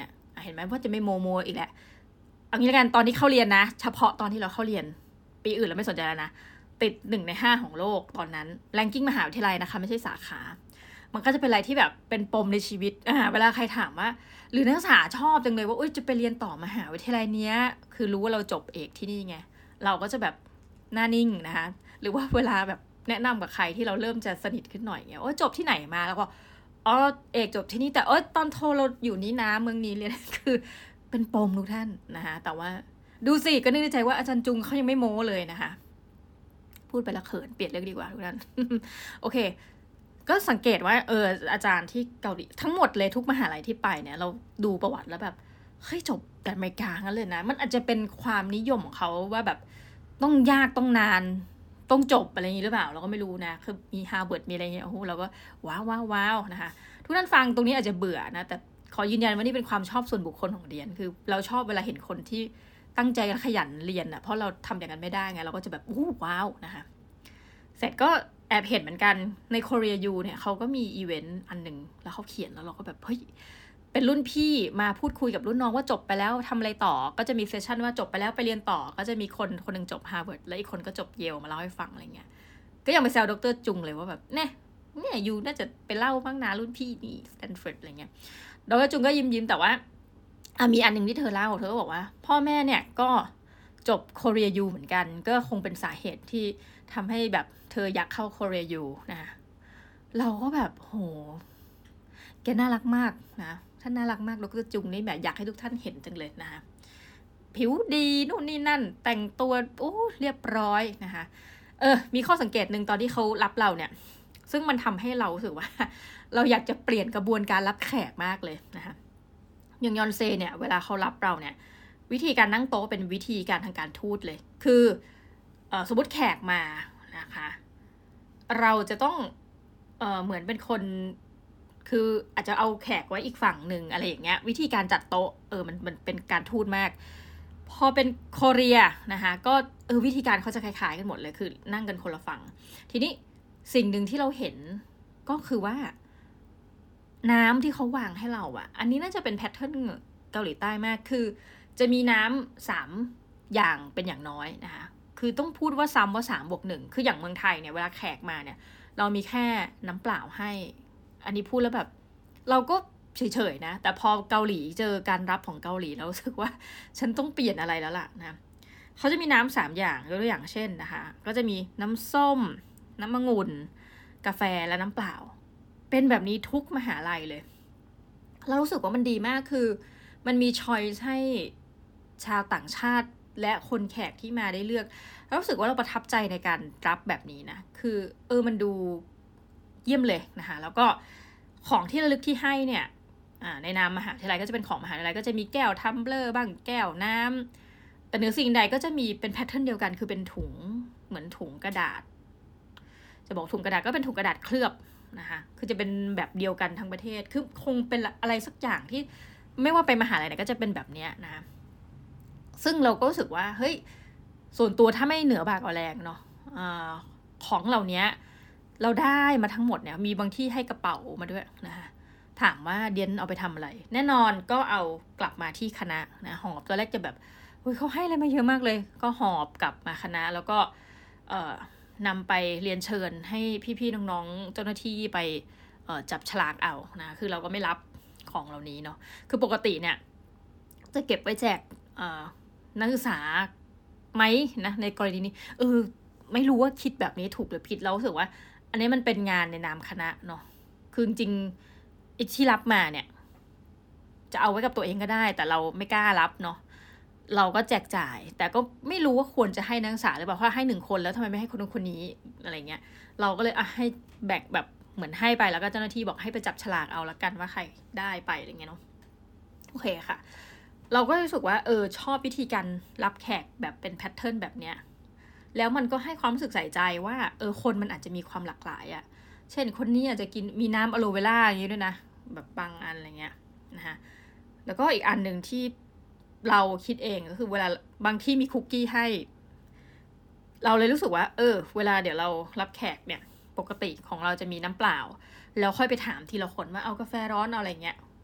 เห็นไหมว่าจะไม่โมโมอีกแหละเอางี้ละกันตอนที่เข้าเรียนนะเฉพาะตอนที่เราเข้าเรียนปีอื่นเราไม่สนใจแล้วนะติดหนึ่งในห้าของโลกตอนนั้นแรงกิ้งมหาวิทยาลัยนะคะไม่ใช่สาขามันก็จะเป็นอะไรที่แบบเป็นปมในชีวิตอ่าเวลาใครถามว่าหรือนักศึกษาชอบจังเลยว่าจะไปเรียนต่อมหาวิทยาลัยเนี้ยคือรู้ว่าเราจบเอกที่นี่ไงเราก็จะแบบหน้านิ่งนะคะหรือว่าเวลาแบบแนะนำกับใครที่เราเริ่มจะสนิทขึ้นหน่อยเงี้ยว่าจบที่ไหนมาแล้วก็อ๋อเอกจบที่นี่แต่เออตอนโทเราอยู่นี่นะเมืองนี้เรียนคือเป็นปมทุกท่านนะคะแต่ว่าดูสิก็นึกในใจว่าอาจารย์จุงเขายังไม่โม้เลยนะคะพูดไปละเขินเปลี่ยนเรื่องดีกว่าทุกท่าน โอเคก็สังเกตว่าเอออาจารย์ที่เกาหลีทั้งหมดเลยทุกมหาลัยที่ไปเนี่ยเราดูประวัติแล้วแบบเฮ้ยจบแต่อเมริกางั้นเลยนะมันอาจจะเป็นความนิยมของเขาว่าแบบต้องยากต้องนานต้องจบอะไรอย่างนี้หรือเปล่าเราก็ไม่รู้นะคือมีฮาร์วาร์ดมีอะไรเงี้ยโอ้โหเราก็ว้าวว้าวว้าวนะคะทุกท่านฟังตรงนี้อาจจะเบื่อนะแต่ขอยืนยันว่านี่เป็นความชอบส่วนบุคคลของเรียนคือเราชอบเวลาเห็นคนที่ตั้งใจขยันเรียนอ่ะเพราะเราทำอย่างนั้นไม่ได้ไงเราก็จะแบบอู้ว้าวนะคะเสร็จก็แอบเห็นเหมือนกันใน Korea U เนี่ยเขาก็มีอีเวนต์อันหนึ่งแล้วเขาเขียนแล้วเราก็แบบเฮ้ยเป็นรุ่นพี่มาพูดคุยกับรุ่นน้องว่าจบไปแล้วทำอะไรต่อก็จะมีเซสชั่นว่าจบไปแล้วไปเรียนต่อก็จะมีคนคนนึงจบฮาร์วาร์ดแล้วอีกคนก็จบเยลมาเล่าให้ฟังอะไรเงี้ยก็ยังไปแซวดร.จุงเลยว่าแบบเนี่ยเนี่ยยูน่าจะไปเล่าบ้างนะรุ่นพี่นี่สแตนฟอร์ดอะไรเงี้ยดร.จุงก็ยิ้มยิ้มแต่ว่าอ่ะมีอันนึงที่เธอเล่าเธอก็บอกว่าพ่อแม่เนี่ยก็จบ Korea U เหมือนกันก็คงเป็นสาเหตุที่ทำให้แบบเธออยากเข้า Korea U นะเราก็แบบโหแกน่ารักมากนะท่านน่ารักมากดร.จุงนี่แบบอยากให้ทุกท่านเห็นจังเลยนะคะผิวดีนู่นนี่นั่นแต่งตัวโอ้เรียบร้อยนะคะเออมีข้อสังเกตหนึ่งตอนที่เขารับเราเนี่ยซึ่งมันทำให้เรารู้สึกว่าเราอยากจะเปลี่ยนกระบวนการรับแขกมากเลยนะคะอย่างยอนเซเนี่ยเวลาเขารับเราเนี่ยวิธีการนั่งโต๊ะเป็นวิธีการทางการทูตเลยคือเอ่อสมมติแขกมานะคะเราจะต้องเอ่อเหมือนเป็นคนคืออาจจะเอาแขกไว้อีกฝั่งหนึ่งอะไรอย่างเงี้ยวิธีการจัดโต๊ะเออมันมันเป็นการทูตมากพอเป็นโคเรียนะคะก็เออวิธีการเขาจะคล้ายๆกันหมดเลยคือนั่งกันคนละฝั่งทีนี้สิ่งหนึ่งที่เราเห็นก็คือว่าน้ำที่เขาวางให้เราอ่ะอันนี้น่าจะเป็นแพทเทิร์นเกาหลีใต้มากคือจะมีน้ำสามอย่างเป็นอย่างน้อยนะคะคือต้องพูดว่าซ้ำว่าสามบวกหนึ่งคืออย่างเมืองไทยเนี่ยเวลาแขกมาเนี่ยเรามีแค่น้ำเปล่าให้อันนี้พูดแล้วแบบเราก็เฉยๆนะแต่พอเกาหลีเจอการรับของเกาหลีเรารู้สึกว่าฉันต้องเปลี่ยนอะไรแล้วล่ะนะเขาจะมีน้ำสามอย่างยกตัวอย่างเช่นนะคะก็จะมีน้ำส้มน้ำมะงุ่นกาแฟและน้ำเปล่าเป็นแบบนี้ทุกมหาลัยเลยเรารู้สึกว่ามันดีมากคือมันมีช้อยส์ให้ชาวต่างชาติและคนแขกที่มาได้เลือกเรารู้สึกว่าเราประทับใจในการรับแบบนี้นะคือเออมันดูเยี่ยมเลยนะคะแล้วก็ของที่ระลึกที่ให้เนี่ยในนามมหาวิทยาลัยก็จะเป็นของมหาวิทยาลัยก็จะมีแก้วทัมเบลอร์บ้างแก้วน้ำแต่เหนือสิ่งใดก็จะมีเป็นแพทเทิร์นเดียวกันคือเป็นถุงเหมือนถุงกระดาษจะบอกถุงกระดาษก็เป็นถุงกระดาษเคลือบนะคะคือจะเป็นแบบเดียวกันทั้งประเทศคือคงเป็นอะไรสักอย่างที่ไม่ว่าไปมหาลัยไหนก็จะเป็นแบบนี้นะซึ่งเราก็รู้สึกว่าเฮ้ยส่วนตัวถ้าไม่เหนือบากกว่าแรงเนาะอ่าของเหล่านี้เราได้มาทั้งหมดเนี่ยมีบางที่ให้กระเป๋ามาด้วยนะคะถามว่าเดียนเอาไปทำอะไรแน่นอนก็เอากลับมาที่คณะนะหอบตัวแรกจะแบบเฮ้ยเขาให้อะไรมาเยอะมากเลยก็หอบกลับมาคณะแล้วก็เอ่อนำไปเรียนเชิญให้พี่ๆน้องๆเจ้าหน้าที่ไปจับฉลากเอานะคือเราก็ไม่รับของเหล่านี้เนาะคือปกติเนี่ยจะเก็บไว้แจกนักศึกษาไหมนะในกรณีนี้เออไม่รู้ว่าคิดแบบนี้ถูกหรือผิดเรารู้สึกว่าอันนี้มันเป็นงานในนามคณะเนาะคือจริงๆที่รับมาเนี่ยจะเอาไว้กับตัวเองก็ได้แต่เราไม่กล้ารับเนาะเราก็แจกจ่ายแต่ก็ไม่รู้ว่าควรจะให้นักศึกษาหรือเปล่าเพราะให้หนึ่งคนแล้วทำไมไม่ให้คนนู้นคนนี้อะไรเงี้ยเราก็เลยอ่ะให้แบ่งแบบเหมือนให้ไปแล้วก็เจ้าหน้าที่บอกให้ไปจับฉลากเอาละกันว่าใครได้ไปอะไรเงี้ยเนาะโอเคค่ะเราก็รู้สึกว่าเออชอบวิธีการรับแขกแบบเป็นแพทเทิร์นแบบเนี้ยแล้วมันก็ให้ความรู้สึกใส่ใจว่าเออคนมันอาจจะมีความหลากหลายอ่ะเช่นคนนี้อาจจะกินมีน้ำอะโลเวล่าอย่างนี้ด้วยนะแบบบางอันอะไรเงี้ยนะคะแล้วก็อีกอันหนึ่งที่เราคิดเองก็คือเวลาบางที่มีคุกกี้ให้เราเลยรู้สึกว่าเออเวลาเดี๋ยวเรารับแขกเนี่ยปกติของเราจะมีน้ำเปล่าแล้วค่อยไปถามทีละคนว่าเอากาแฟร้อนเอาอะไรเงี้ย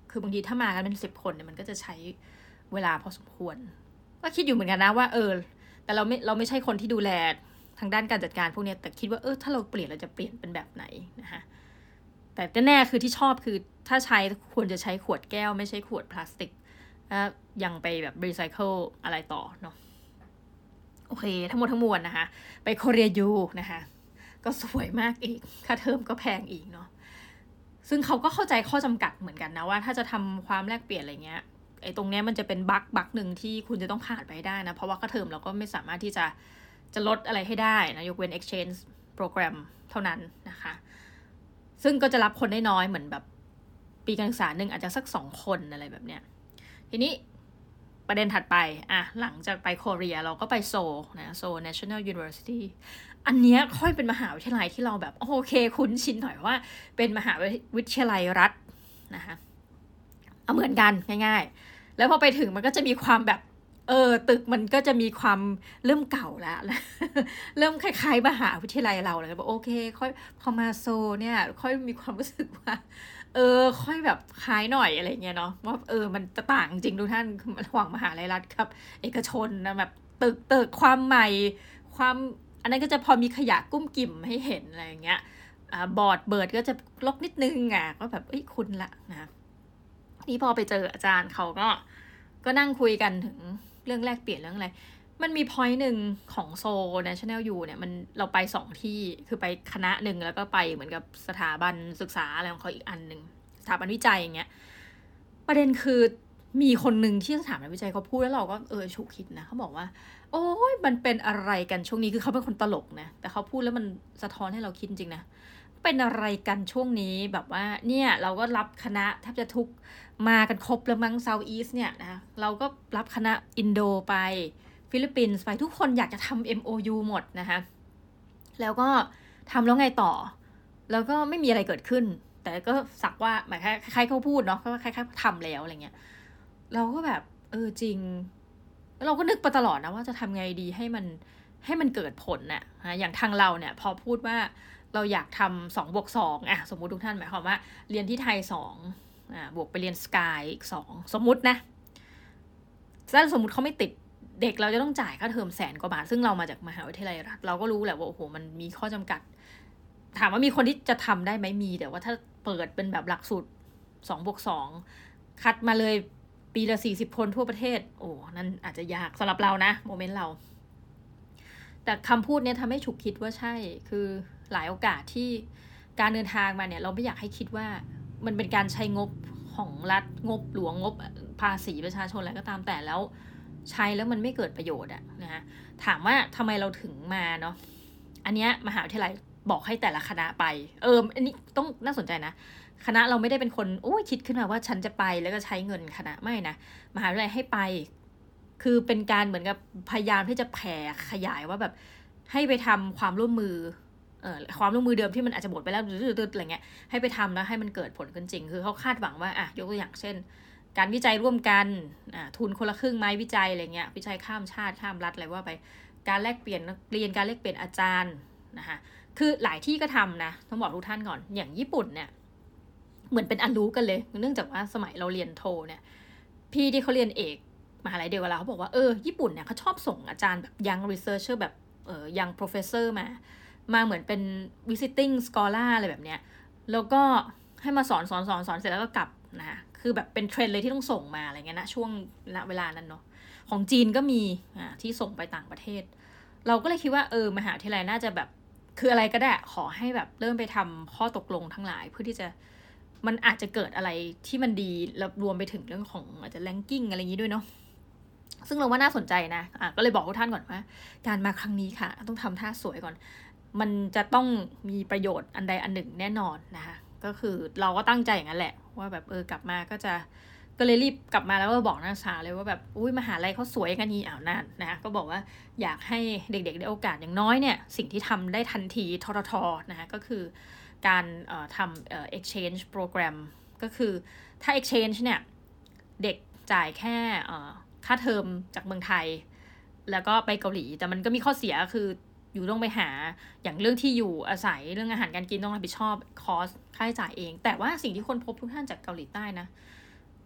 คือบางทีถ้ามากันเป็นสิบคนเนี่ยมันก็จะใช้เวลาพอสมควรก็คิดอยู่เหมือนกันนะว่าเออแต่เราไม่เราไม่ใช่คนที่ดูแลทางด้านการจัดการพวกนี้แต่คิดว่าเออถ้าเราเปลี่ยนเราจะเปลี่ยนเป็นแบบไหนนะคะแต่แน่คือที่ชอบคือถ้าใช้ควรจะใช้ขวดแก้วไม่ใช่ขวดพลาสติกแล้วยังไปแบบรีไซเคิลอะไรต่อเนาะโอเคทั้งหมดทั้งมวลนะคะไปโคเรียยูนะคะก็สวยมากอีกค่าเทอมก็แพงอีกเนาะซึ่งเขาก็เข้าใจข้อจำกัดเหมือนกันนะว่าถ้าจะทำความแลกเปลี่ยนอะไรเงี้ยไอ้ตรงเนี้ยมันจะเป็นบั๊กบั๊กหนึ่งที่คุณจะต้องผ่านไปได้นะเพราะว่าค่าเทอมเราก็ไม่สามารถที่จะจะลดอะไรให้ได้นะยกเว้น exchange program เท่านั้นนะคะซึ่งก็จะรับคนได้น้อยเหมือนแบบปีการศึกษาหนึ่งอาจจะสักสองคนอะไรแบบเนี้ยทีนี้ประเด็นถัดไปอ่ะหลังจากไปโคเรียเราก็ไปโซลนะโซล National University อันเนี้ยค่อยเป็นมหาวิทยาลัยที่เราแบบโอเคคุ้นชินหน่อยว่าเป็นมหาวิทยาลัยรัฐนะคะเอาเหมือนกันง่ายๆแล้วพอไปถึงมันก็จะมีความแบบเออตึกมันก็จะมีความเริ่มเก่าแล้ว เริ่มคล้ายๆมหาวิทยาลัยเราเลยบอกโอเคค่อยพอมาโซเนี่ยค่อยมีความรู้สึกว่าเออค่อยแบบคล้ายหน่อยอะไรเงี้ยเนาะว่าเออมันจะต่างจริงทุกท่านระหว่างมหาลัยรัฐกับเอกชนนะแบบตึกตึกความใหม่ความอันนั้นก็จะพอมีขยะกุ้มกิ่มให้เห็นอะไรอย่างเงี้ยอ่าบอร์ดเบิร์ดก็จะลกนิดนึงอ่ะก็แบบเอ้ยคุณละนะนี่พอไปเจออาจารย์เขาก็ก็นั่งคุยกันถึงเรื่องแลกเปลี่ยนเรื่องอะไรมันมี point หนึ่งของโซ National U เนี่ยมันเราไปสองที่คือไปคณะหนึ่งแล้วก็ไปเหมือนกับสถาบันศึกษาอะไรของเขาอีกอันหนึ่งสถาบันวิจัยอย่างเงี้ยประเด็นคือมีคนหนึ่งที่สถาบันวิจัยเขาพูดแล้วเราก็เออฉุกคิดนะเขาบอกว่าโอ้ยมันเป็นอะไรกันช่วงนี้คือเขาเป็นคนตลกนะแต่เขาพูดแล้วมันสะท้อนให้เราคิดจริงนะเป็นอะไรกันช่วงนี้แบบว่าเนี่ยเราก็รับคณะแทบจะทุกมากันครบแล้วมั้ง South East เนี่ยนะเราก็รับคณะอินโดไปฟิลิปปินส์ไปทุกคนอยากจะทำ เอ็ม โอ ยู หมดนะคะแล้วก็ทำแล้วไงต่อแล้วก็ไม่มีอะไรเกิดขึ้นแต่ก็สักว่าหมายคล้ายๆเขาพูดเนาะเขาคล้ายๆทำแล้วอะไรเงี้ยเราก็แบบเออจริงเราก็นึกไปตลอดนะว่าจะทำไงดีให้มันให้มันเกิดผลน่ะอย่างทางเราเนี่ยพอพูดว่าเราอยากทำสองบวกสองอ่ะสมมุติทุกท่านหมายความว่าเรียนที่ไทยสองอ่าบวกไปเรียนสกายอีกสองสมมุตินะถ้าสมมุติเขาไม่ติดเด็กเราจะต้องจ่ายค่าเทอมแสนกว่าบาทซึ่งเรามาจากมหาวิทยาลัยรัฐเราก็รู้แหละว่าโอ้โหมันมีข้อจำกัดถามว่ามีคนที่จะทำได้ไหมมีแต่ว่าถ้าเปิดเป็นแบบหลักสูตรสองบวกสองคัดมาเลยปีละสี่สิบคนทั่วประเทศโอ้นั่นอาจจะยากสำหรับเรานะโมเมนต์เราแต่คำพูดเนี้ยทำให้ฉุกคิดว่าใช่คือหลายโอกาสที่การเดินทางมาเนี่ยเราไม่อยากให้คิดว่ามันเป็นการใช้งบของรัฐงบหลวงงบภาษีประชาชนอะไรก็ตามแต่แล้วใช้แล้วมันไม่เกิดประโยชน์อะนะฮะถามว่าทำไมเราถึงมาเนาะอันเนี้ยมหาวิทยาลัยบอกให้แต่ละคณะไปเอออันนี้ต้องน่าสนใจนะคณะเราไม่ได้เป็นคนโอ้ยคิดขึ้นมาว่าฉันจะไปแล้วก็ใช้เงินคณะไม่นะมหาวิทยาลัยให้ไปคือเป็นการเหมือนกับพยายามที่จะแผ่ขยายว่าแบบให้ไปทำความร่วมมือเอ่อความร่วมมือเดิมที่มันอาจจะหมดไปแล้วดืดๆอะไรเงี้ยให้ไปทำแล้วให้มันเกิดผลขึ้นจริงคือเขาคาดหวังว่าอ่ะยกตัวอย่างเช่นการวิจัยร่วมกันอ่าทุนคนละครึ่งไม้วิจัยอะไรเงี้ยวิจัยข้ามชาติข้ามรัฐอะไรว่าไปการแลกเปลี่ยนนักเรียนการแลกเปลี่ยนอาจารย์นะคะคือหลายที่ก็ทำนะต้องบอกทุกท่านก่อนอย่างญี่ปุ่นเนี่ยเหมือนเป็นอันรู้กันเลยเนื่องจากว่าสมัยเราเรียนโทเนี่ยพี่ที่เขาเรียนเอกมหาลัยเดียวกับเราเขาบอกว่าเออญี่ปุ่นเนี่ยเขาชอบส่งอาจารย์แบบยัง researcher แบบเออยัง professor มามาเหมือนเป็น visiting scholar อะไรแบบเนี้ยแล้วก็ให้มาสอนสอนสอนสอนเสร็จแล้วก็กลับนะคะคือแบบเป็นเทรนด์เลยที่ต้องส่งมาอะไรเงี้ยนะช่วงเวลานั้นเนาะของจีนก็มีอ่าที่ส่งไปต่างประเทศเราก็เลยคิดว่าเออมหาวิทยาลัยน่าจะแบบคืออะไรก็ได้ขอให้แบบเริ่มไปทำข้อตกลงทั้งหลายเพื่อที่จะมันอาจจะเกิดอะไรที่มันดีแล้วรวมไปถึงเรื่องของอาจจะแรงกิ้งอะไรอย่างนี้ด้วยเนาะซึ่งเราว่าน่าสนใจนะอ่ะก็เลยบอกทุกท่านก่อนว่าการมาครั้งนี้ค่ะต้องทำท่าสวยก่อนมันจะต้องมีประโยชน์อันใดอันหนึ่งแน่นอนนะคะก็คือเราก็ตั้งใจอย่างนั้นแหละว่าแบบเออกลับมาก็จะก็เลยรีบกลับมาแล้วก็บอกนักศึกษาเลยว่าแบบอุ้ยมหาลัยเขาสวยกันนี่อ้าวนั่นนะก็บอกว่าอยากให้เด็กๆได้โอกาสอย่างน้อยเนี่ยสิ่งที่ทำได้ทันทีทททนะคะก็คือการเอ่อทำเอ่อ exchange program ก็คือถ้า exchange เนี่ยเด็กจ่ายแค่เอ่อค่าเทอมจากเมืองไทยแล้วก็ไปเกาหลีแต่มันก็มีข้อเสียคืออยู่ต้องไปหาอย่างเรื่องที่อยู่อาศัยเรื่องอาหารการกินต้องรับผิดชอบคอสค่าใช้จ่ายเองแต่ว่าสิ่งที่คนพบทุกท่านจากเกาหลีใต้นะ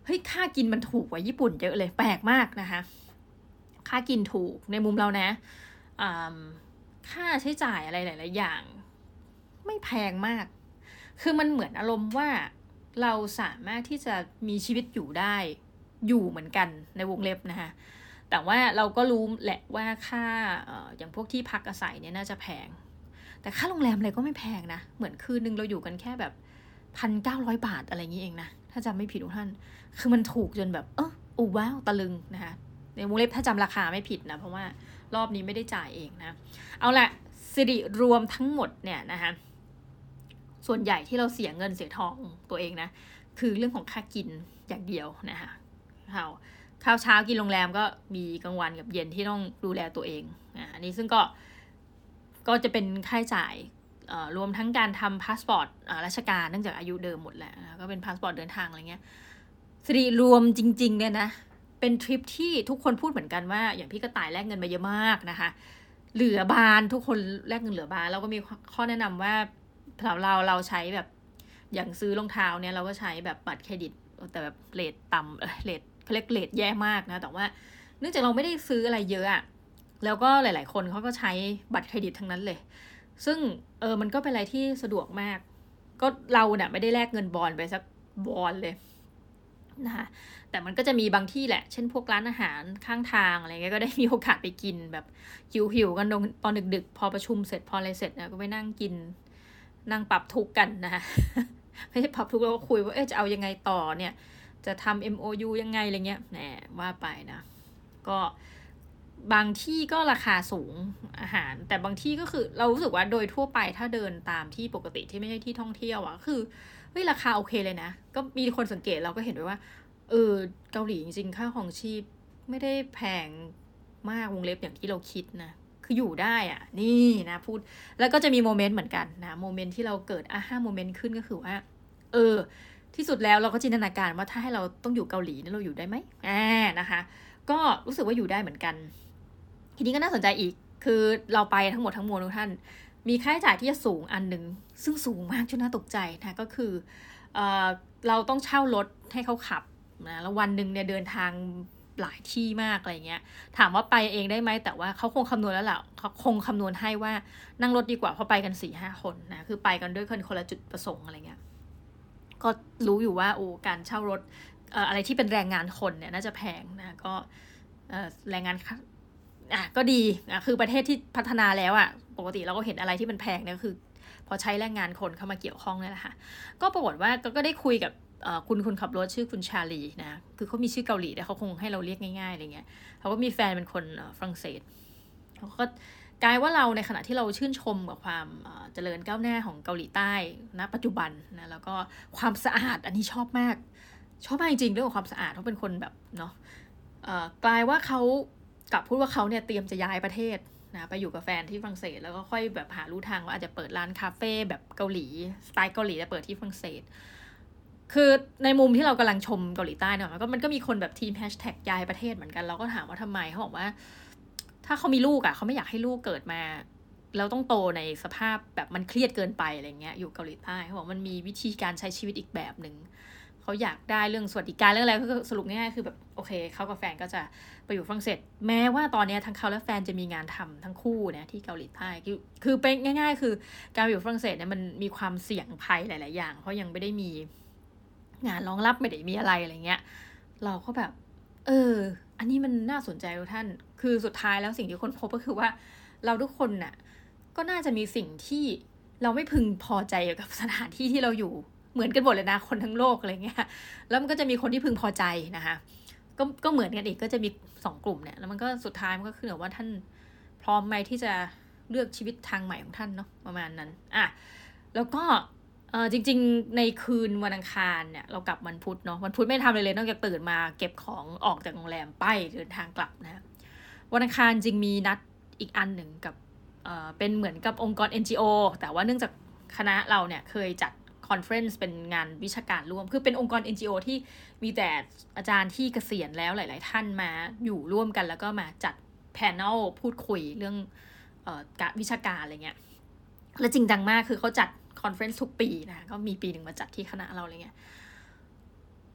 เฮ้ยค่ากินมันถูกกว่าญี่ปุ่นเยอะเลยแปลกมากนะคะค่ากินถูกในมุมเรานะค่าใช้จ่ายอะไรหลายๆอย่างไม่แพงมากคือมันเหมือนอารมณ์ว่าเราสามารถที่จะมีชีวิตอยู่ได้อยู่เหมือนกันในวงเล็บนะคะแต่ว่าเราก็รู้แหละว่าค่า อ, อย่างพวกที่พักอาศัยเนี่ยน่าจะแพงแต่ค่าโรงแรมอะไรก็ไม่แพงนะเหมือนคืนนึงเราอยู่กันแค่แบบพันเก้าร้อยบาทอะไรอย่างนี้เองนะถ้าจำไม่ผิดทุกท่านคือมันถูกจนแบบเอออู้ว้าวตะลึงนะคะในวงเล็บถ้าจำราคาไม่ผิดนะเพราะว่ารอบนี้ไม่ได้จ่ายเองนะเอาละสิริรวมทั้งหมดเนี่ยนะคะส่วนใหญ่ที่เราเสียเงินเสียทองตัวเองนะคือเรื่องของค่ากินอย่างเดียวนะคะข้าวข้าวเช้ากินโรงแรมก็มีกลางวันกับเย็นที่ต้องดูแลตัวเองอ่าอันนี้ซึ่งก็ก็จะเป็นค่าใช้จ่ายรวมทั้งการทำพาสปอร์ตราชการเนื่องจากอายุเดิมหมดแล้วก็เป็นพาสปอร์ตเดินทางอะไรเงี้ยสิริรวมจริงๆเนี่ยนะเป็นทริปที่ทุกคนพูดเหมือนกันว่าอย่างพี่กระต่ายแลกเงินมาเยอะมากนะคะเหลือบานทุกคนแลกเงินเหลือบานเราก็มีข้อแนะนำว่าเราเราเราใช้แบบอย่างซื้อรองเท้าเนี่ยเราก็ใช้แบบบัตรเครดิตแต่แบบเรทต่ำเรทเขาเรียกเรทแย่มากนะแต่ว่าเนื่องจากเราไม่ได้ซื้ออะไรเยอะอะแล้วก็หลายๆคนเขาก็ใช้บัตรเครดิตทั้งนั้นเลยซึ่งเออมันก็เป็นอะไรที่สะดวกมากก็เราเนี่ยไม่ได้แลกเงินบอลไปสักบอลเลยนะคะแต่มันก็จะมีบางที่แหละเช่นพวกร้านอาหารข้างทางอะไรเงี้ยก็ได้มีโอกาสไปกินแบบหิวๆกันตอนดึกๆพอประชุมเสร็จพออะไรเสร็จนะก็ไปนั่งกินนั่งปรับทุกข์กันนะคะไม่ใช่ปรับทุกข์แล้วก็คุยว่าเอ๊ะจะเอายังไงต่อเนี่ยจะทำ เอ็ม โอ ยู ยังไงอะไรเงี้ยแหมว่าไปนะก็บางที่ก็ราคาสูงอาหารแต่บางที่ก็คือเรารู้สึกว่าโดยทั่วไปถ้าเดินตามที่ปกติที่ไม่ใช่ที่ท่องเที่ยวอ่ะคือเฮ้ยราคาโอเคเลยนะก็มีคนสังเกตเราก็เห็นด้วยว่าเออเกาหลีจริงๆค่าของชีพไม่ได้แพงมากวงเล็บอย่างที่เราคิดนะคืออยู่ได้อ่ะนี่นะพูดแล้วก็จะมีโมเมนต์เหมือนกันนะโมเมนต์ที่เราเกิดอ่ะห้าโมเมนต์ขึ้นก็คือว่าเออที่สุดแล้วเราก็จินตนาการว่าถ้าให้เราต้องอยู่เกาหลีนี่เราอยู่ได้ไหมอ่านะคะก็รู้สึกว่าอยู่ได้เหมือนกันทีนี้ก็น่าสนใจอีกคือเราไปทั้งหมดทั้งมวลทุกท่านมีค่าใช้จ่ายที่จะสูงอันหนึ่งซึ่งสูงมากจนน่าตกใจนะก็คือเอ่อเราต้องเช่ารถให้เขาขับนะแล้ววันหนึ่งเนี่ยเดินทางหลายที่มากอะไรเงี้ยถามว่าไปเองได้ไหมแต่ว่าเขาคงคำนวณแล้วแหละเขาคงคำนวณให้ว่านั่งรถดีกว่าเพราะไปกัน สี่ห้า คนนะคือไปกันด้วยคนคนละจุดประสงค์อะไรเงี้ยก็รู้อยู่ว่าโอ้การเช่ารถเอ่ออะไรที่เป็นแรงงานคนเนี่ยน่าจะแพงนะก็เอ่อแรงงานอ่ะก็ดีอ่ะคือประเทศที่พัฒนาแล้วอ่ะปกติเราก็เห็นอะไรที่มันแพงเนี่ยคือพอใช้แรงงานคนเข้ามาเกี่ยวข้องนี่แหละค่ะก็ปรากฏว่าก็ได้คุยกับคุณคนขับรถชื่อคุณชาลีนะคือเขามีชื่อเกาหลีแต่เขาคงให้เราเรียกง่ายๆอะไรเงี้ยเขาก็มีแฟนเป็นคนฝรั่งเศสเขาก็กลายว่าเราในขณะที่เราชื่นชมกับความเจริญก้าวหน้าของเกาหลีใต้ณปัจจุบันนะแล้วก็ความสะอาดอันนี้ชอบมากชอบมากจริงๆเรื่องของความสะอาดเขาเป็นคนแบบเนาะกลายว่าเขากลับพูดว่าเขาเนี่ยเตรียมจะย้ายประเทศนะไปอยู่กับแฟนที่ฝรั่งเศสแล้วก็ค่อยแบบหาลู่ทางว่าอาจจะเปิดร้านคาเฟ่แบบเกาหลีสไตล์เกาหลีแต่เปิดที่ฝรั่งเศสคือในมุมที่เรากำลังชมเกาหลีใต้เนี่ยมันก็มันก็มีคนแบบทีมแฮชแท็กย้ายประเทศเหมือนกันเราก็ถามว่าทำไมเขาบอกว่าถ้าเขามีลูกอ่ะเขาไม่อยากให้ลูกเกิดมาแล้วต้องโตในสภาพแบบมันเครียดเกินไปอะไรเงี้ยอยู่เกาหลีใต้เขาบอกมันมีวิธีการใช้ชีวิตอีกแบบหนึ่งเขาอยากได้เรื่องสวัสดิการเรื่องอะไรก็สรุปง่ายๆคือแบบโอเคเขากับแฟนก็จะไปอยู่ฝรั่งเศสแม้ว่าตอนนี้ทั้งเขาและแฟนจะมีงานทำทั้งคู่เนี่ยที่เกาหลีใต้คือคือเป็นง่ายๆคือการอยู่ฝรั่งเศสเนี่ยมันมีความเสี่ยงภัยหลายๆอย่างเพราะยังไม่ได้มีงานรองรับไม่ได้มีอะไรอะไรเงี้ยเราก็แบบเอออันนี้มันน่าสนใจทุกท่านคือสุดท้ายแล้วสิ่งที่คนพบก็คือว่าเราทุกคนน่ะก็น่าจะมีสิ่งที่เราไม่พึงพอใจกับสถานที่ที่เราอยู่เหมือนกันหมดเลยนะคนทั้งโลกอะไรเงี้ยแล้วมันก็จะมีคนที่พึงพอใจนะคะก็ก็เหมือนกันอีกก็จะมีสองกลุ่มเนี่ยแล้วมันก็สุดท้ายมันก็คือว่าท่านพร้อมไหมที่จะเลือกชีวิตทางใหม่ของท่านเนาะประมาณนั้นอ่ะแล้วก็เออจริงๆในคืนวันอังคารเนี่ยเรากลับวันพุธเนาะวันพุธไม่ทำอะไรเลยนอกจากตื่นมาเก็บของออกจากโรงแรมไปเดินทางกลับนะวันอังคารจริงมีนัดอีกอันหนึ่งกับเออเป็นเหมือนกับองค์กร เอ็น จี โอ แต่ว่าเนื่องจากคณะเราเนี่ยเคยจัดคอนเฟรนซ์เป็นงานวิชาการร่วมคือเป็นองค์กร เอ็น จี โอ ที่มีแต่อาจารย์ที่เกษียณแล้วหลายๆท่านมาอยู่ร่วมกันแล้วก็มาจัดแพนเนลพูดคุยเรื่องเอ่อการวิชาการอะไรเงี้ยและจริงจังมากคือเขาจัดคอนเฟรนซ์ทุกปีนะก็มีปีหนึ่งมาจัดที่คณะเราอะไรเงี้ย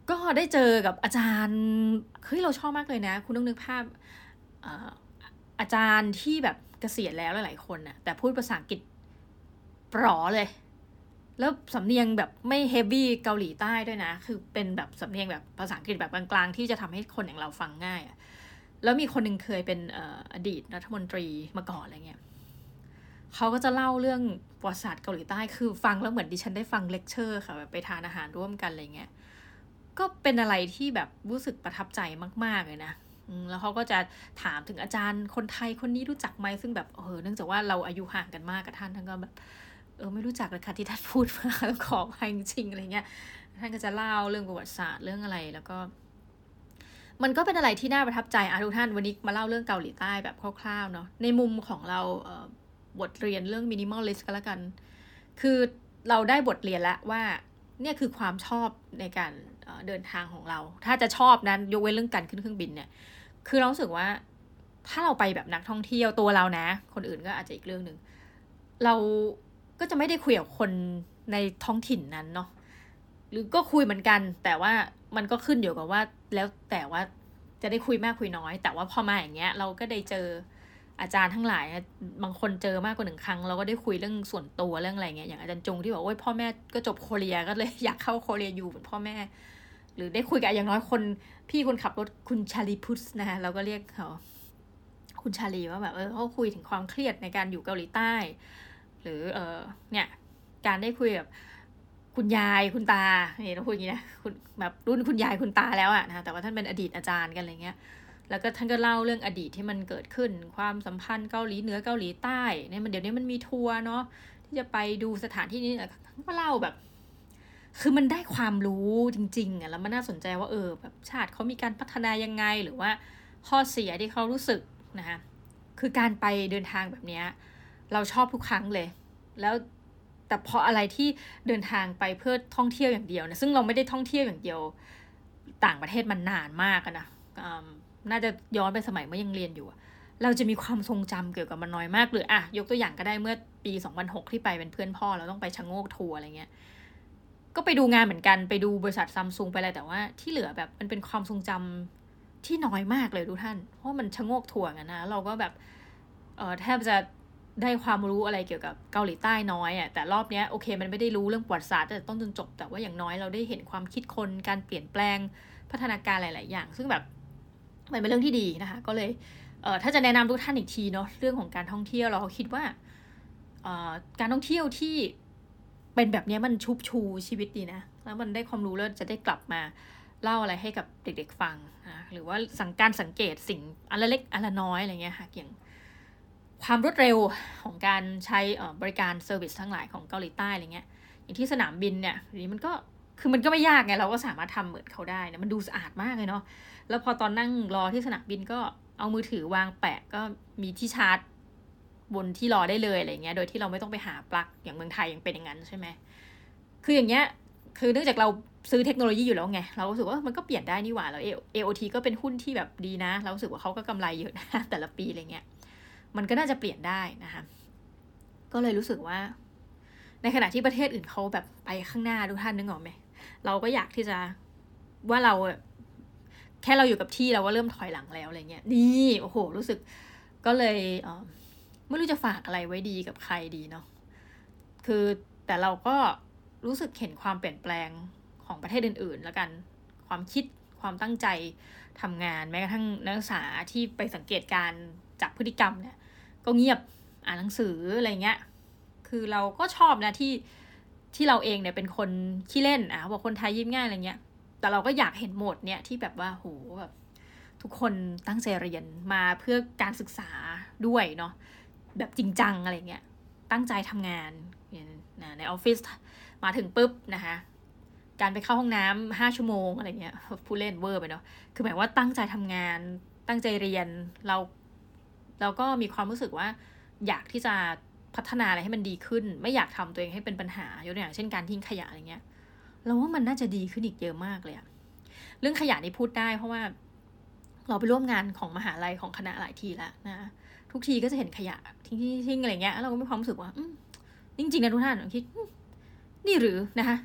ก็ได้เจอกับอาจารย์เฮ้ยเราชอบมากเลยนะคุณต้องนึกภาพอ่าอาจารย์ที่แบบเกษียณแล้วหลายๆคนน่ะแต่พูดภาษาอังกฤษปลอเลยแล้วสำเนียงแบบไม่เฮฟวี่เกาหลีใต้ด้วยนะคือเป็นแบบสำเนียงแบบภาษาอังกฤษแบบกลางๆที่จะทำให้คนอย่างเราฟังง่ายอ่ะแล้วมีคนหนึ่งเคยเป็นอดีตรัฐมนตรีมาก่อนอะไรเงี้ยเขาก็จะเล่าเรื่องประวัติศาสตร์เกาหลีใต้คือฟังแล้วเหมือนดิฉันได้ฟังเลคเชอร์ค่ะแบบไปทานอาหารร่วมกันอะไรเงี้ยก็เป็นอะไรที่แบบรู้สึกประทับใจมากๆเลยนะแล้วเขาก็จะถามถึงอาจารย์คนไทยคนนี้รู้จักไหมซึ่งแบบเออเนื่องจากว่าเราอายุห่างกันมากกับท่านท่านก็แบบเออไม่รู้จักเลยค่ะที่ท่านพูดมาขออภัยจริงๆอะไรเงี้ยท่านก็จะเล่าเรื่องประวัติศาสตร์เรื่องอะไรแล้วก็มันก็เป็นอะไรที่น่าประทับใจอ่ะทุกท่านวันนี้มาเล่าเรื่องเกาหลีใต้แบบคร่าวๆเนาะในมุมของเราเอ่อบทเรียนเรื่อง minimalist ก็แล้วกันคือเราได้บทเรียนแล้วว่าเนี่ยคือความชอบในการเดินทางของเราถ้าจะชอบนั้นยกเว้นเรื่องการขึ้นเครื่องบินเนี่ยคือเรารู้สึกว่าถ้าเราไปแบบนักท่องเที่ยวตัวเรานะคนอื่นก็อาจจะอีกเรื่องนึงเราก็จะไม่ได้คุยกับคนในท้องถิ่นนั้นเนาะหรือก็คุยเหมือนกันแต่ว่ามันก็ขึ้นอยู่กับว่าแล้วแต่ว่าจะได้คุยมากคุยน้อยแต่ว่าพอมาอย่างเงี้ยเราก็ได้เจออาจารย์ทั้งหลายบางคนเจอมากกว่าหนึ่งครั้งเราก็ได้คุยเรื่องส่วนตัวเรื่องอะไรเงี้ยอย่างอาจารย์จงที่บอกว่าพ่อแม่ก็จบโคเรียก็เลยอยากเข้าโคเรียอยู่เหมือนพ่อแม่หรือได้คุยกับอย่างน้อยคนพี่คนขับรถคุณชาลีพุทส์นะฮะเราก็เรียกเขาคุณชาลีว่าแบบเออเขาคุยถึงความเครียดในการอยู่เกาหลีใต้หรือเออเนี่ยการได้คุยกับคุณยายคุณตาเนี่ยเราพูดอย่างนี้นะคุณแบบรุ่นคุณยายคุณตาแล้วอะนะแต่ว่าท่านเป็นอดีตอาจารย์กันอะไรเงี้ยแล้วก็ท่านก็เล่าเรื่องอดีตที่มันเกิดขึ้นความสัมพันธ์เกาหลีเหนือเกาหลีใต้เนี่ยมันเดี๋ยวนี้มันมีทัวร์เนาะที่จะไปดูสถานที่นี้ก็เล่าแบบคือมันได้ความรู้จริงๆอ่ะแล้วมันน่าสนใจว่าเออแบบชาติเขามีการพัฒนายังไงหรือว่าข้อเสียที่เขารู้สึกนะคะคือการไปเดินทางแบบนี้เราชอบทุกครั้งเลยแล้วแต่พออะไรที่เดินทางไปเพื่อท่องเที่ยวอย่างเดียวนะซึ่งเราไม่ได้ท่องเที่ยวอย่างเดียวต่างประเทศมันนานมากนะน่าจะย้อนไปสมัยเมื่อยังเรียนอยู่เราจะมีความทรงจำเกี่ยวกับมันน้อยมากหรืออ่ะยกตัวอย่างก็ได้เมื่อปีสองพันหกที่ไปเป็นเพื่อนพ่อเราต้องไปชะโงกทัวร์อะไรเงี้ยก็ไปดูงานเหมือนกันไปดูบริษัทซัมซุงไปอะไรแต่ว่าที่เหลือแบบมันเป็นความทรงจำที่น้อยมากเลยทุกท่านเพราะมันชะโงกทัวร์กันนะเราก็แบบเออแทบจะได้ความรู้อะไรเกี่ยวกับเกาหลีใต้น้อยอ่ะแต่รอบเนี้ยโอเคมันไม่ได้รู้เรื่องประวัติศาสตร์แต่ต้นจนจบแต่ว่าอย่างน้อยเราได้เห็นความคิดคนการเปลี่ยนแปลงพัฒนาการหลายๆอย่างซึ่งแบบมันเป็นเรื่องที่ดีนะคะก็เลยเอ่อถ้าจะแนะนำทุกท่านอีกทีเนาะเรื่องของการท่องเที่ยวเราคิดว่าเอ่อการท่องเที่ยวที่เป็นแบบนี้มันชุบชูชีวิตดีนะแล้วมันได้ความรู้แล้วจะได้กลับมาเล่าอะไรให้กับเด็กๆฟังนะหรือว่าสังการสังเกตสิ่งอันเล็กอันน้อยอะไรเงี้ยค่ะอย่างความรวดเร็วของการใช้บริการเซอร์วิสทั้งหลายของเกาหลีใต้อะไรเงี้ยอย่างที่สนามบินเนี่ยนี่มันก็คือมันก็ไม่ยากไงเราก็สามารถทำเหมือนเขาได้นะมันดูสะอาดมากเลยเนาะแล้วพอตอนนั่งรอที่สนามบินก็เอามือถือวางแปะก็มีที่ชาร์จบนที่รอได้เลยอะไรเงี้ยโดยที่เราไม่ต้องไปหาปลั๊กอย่างเมืองไทยยังเป็นอย่างนั้นใช่ไหมคืออย่างเงี้ยคือเนื่องจากเราซื้อเทคโนโลยีอยู่แล้วไงเรารู้สึกว่ามันก็เปลี่ยนได้นี่หว่าแล้ว เอ โอ ที ก็เป็นหุ้นที่แบบดีนะเรารู้สึกว่าเขาก็กำไรเยอะนะแต่ละปีอะไรเงี้ยมันก็น่าจะเปลี่ยนได้นะคะก็เลยรู้สึกว่าในขณะที่ประเทศอื่นเขาแบบไปข้างหน้าทุกท่านนึกออกไหมเราก็อยากที่จะว่าเราแค่เราอยู่กับที่เราก็เริ่มถอยหลังแล้วอะไรเงี้ยนี่โอ้โหรู้สึกก็เลยเอ่อไม่รู้จะฝากอะไรไว้ดีกับใครดีเนาะคือแต่เราก็รู้สึกเห็นความเปลี่ยนแปลงของประเทศอื่นๆแล้วกันความคิดความตั้งใจทำงานแม้กระทั่งนักศึกษาที่ไปสังเกตการจากพฤติกรรมเนี่ยก็เงียบอ่านหนังสืออะไรเงี้ยคือเราก็ชอบนะที่ที่เราเองเนี่ยเป็นคนขี้เล่นอ่ะบอกคนไทยยิ้มง่ายอะไรเงี้ยแต่เราก็อยากเห็นโหมดเนี่ยที่แบบว่าโหแบบทุกคนตั้งใจเรียนมาเพื่อการศึกษาด้วยเนาะแบบจริงจังอะไรเงี้ยตั้งใจทำงานในออฟฟิศมาถึงปุ๊บนะคะการไปเข้าห้องน้ำห้าชั่วโมงอะไรเงี้ยผู้เล่นเวอร์ไปเนาะคือหมายว่าตั้งใจทำงานตั้งใจเรียนเราเราก็มีความรู้สึกว่าอยากที่จะพัฒนาอะไรให้มันดีขึ้นไม่อยากทำตัวเองให้เป็นปัญหายกตัวอย่างเช่นการทิ้งขยะอะไรเงี้ยเราว่ามันน่าจะดีขึ้นอีกเยอะมากเลยอะเรื่องขยะนี่พูดได้เพราะว่าเราไปร่วมงานของมหาลัยของคณะหลายทีแล้วนะทุกทีก็จะเห็นขยะทิ้งทิ้งอะไรเงี้ยเราก็มีความรู้สึกว่าจริงๆนะทุกท่านคิดนี่หรือนะคะ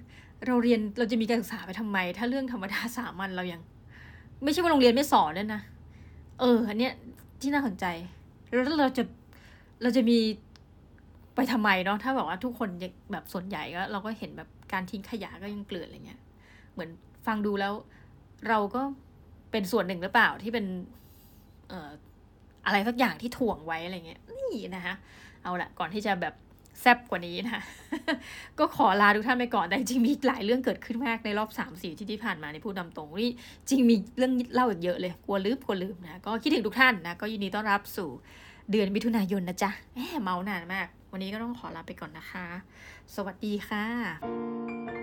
เราเรียนเราจะมีการศึกษาไปทำไมถ้าเรื่องธรรมดาสามัญเรายังไม่ใช่ว่าโรงเรียนไม่สอนด้วยนะเอออันเนี้ยที่น่าสนใจแล้วเราจะเราจะมีไปทำไมเนาะถ้าแบบว่าทุกคนแบบส่วนใหญ่ก็เราก็เห็นแบบการทิ้งขยะก็ยังเกลื่อนอะไรเงี้ยเหมือนฟังดูแล้วเราก็เป็นส่วนหนึ่งหรือเปล่าที่เป็นเอ่ออะไรสักอย่างที่ถ่วงไว้อะไรเงี้ยนี่นะคะเอาละก่อนที่จะแบบแซ่บกว่านี้นะคะ ก็ขอลาทุกท่านไปก่อนแต่จริงมีหลายเรื่องเกิดขึ้นมากในรอบ สามสี่ ที่ที่ผ่านมาในพูดนำตรงนี่จริงมีเรื่องเล่าอีกเยอะเลยกลัวลืมกลัวลืมนะก็คิดถึงทุกท่านนะก็ยินดีต้อนรับสู่เดือนมิถุนายนนะจ๊ะแหมเมานานมากวันนี้ก็ต้องขอลาไปก่อนนะคะสวัสดีค่ะ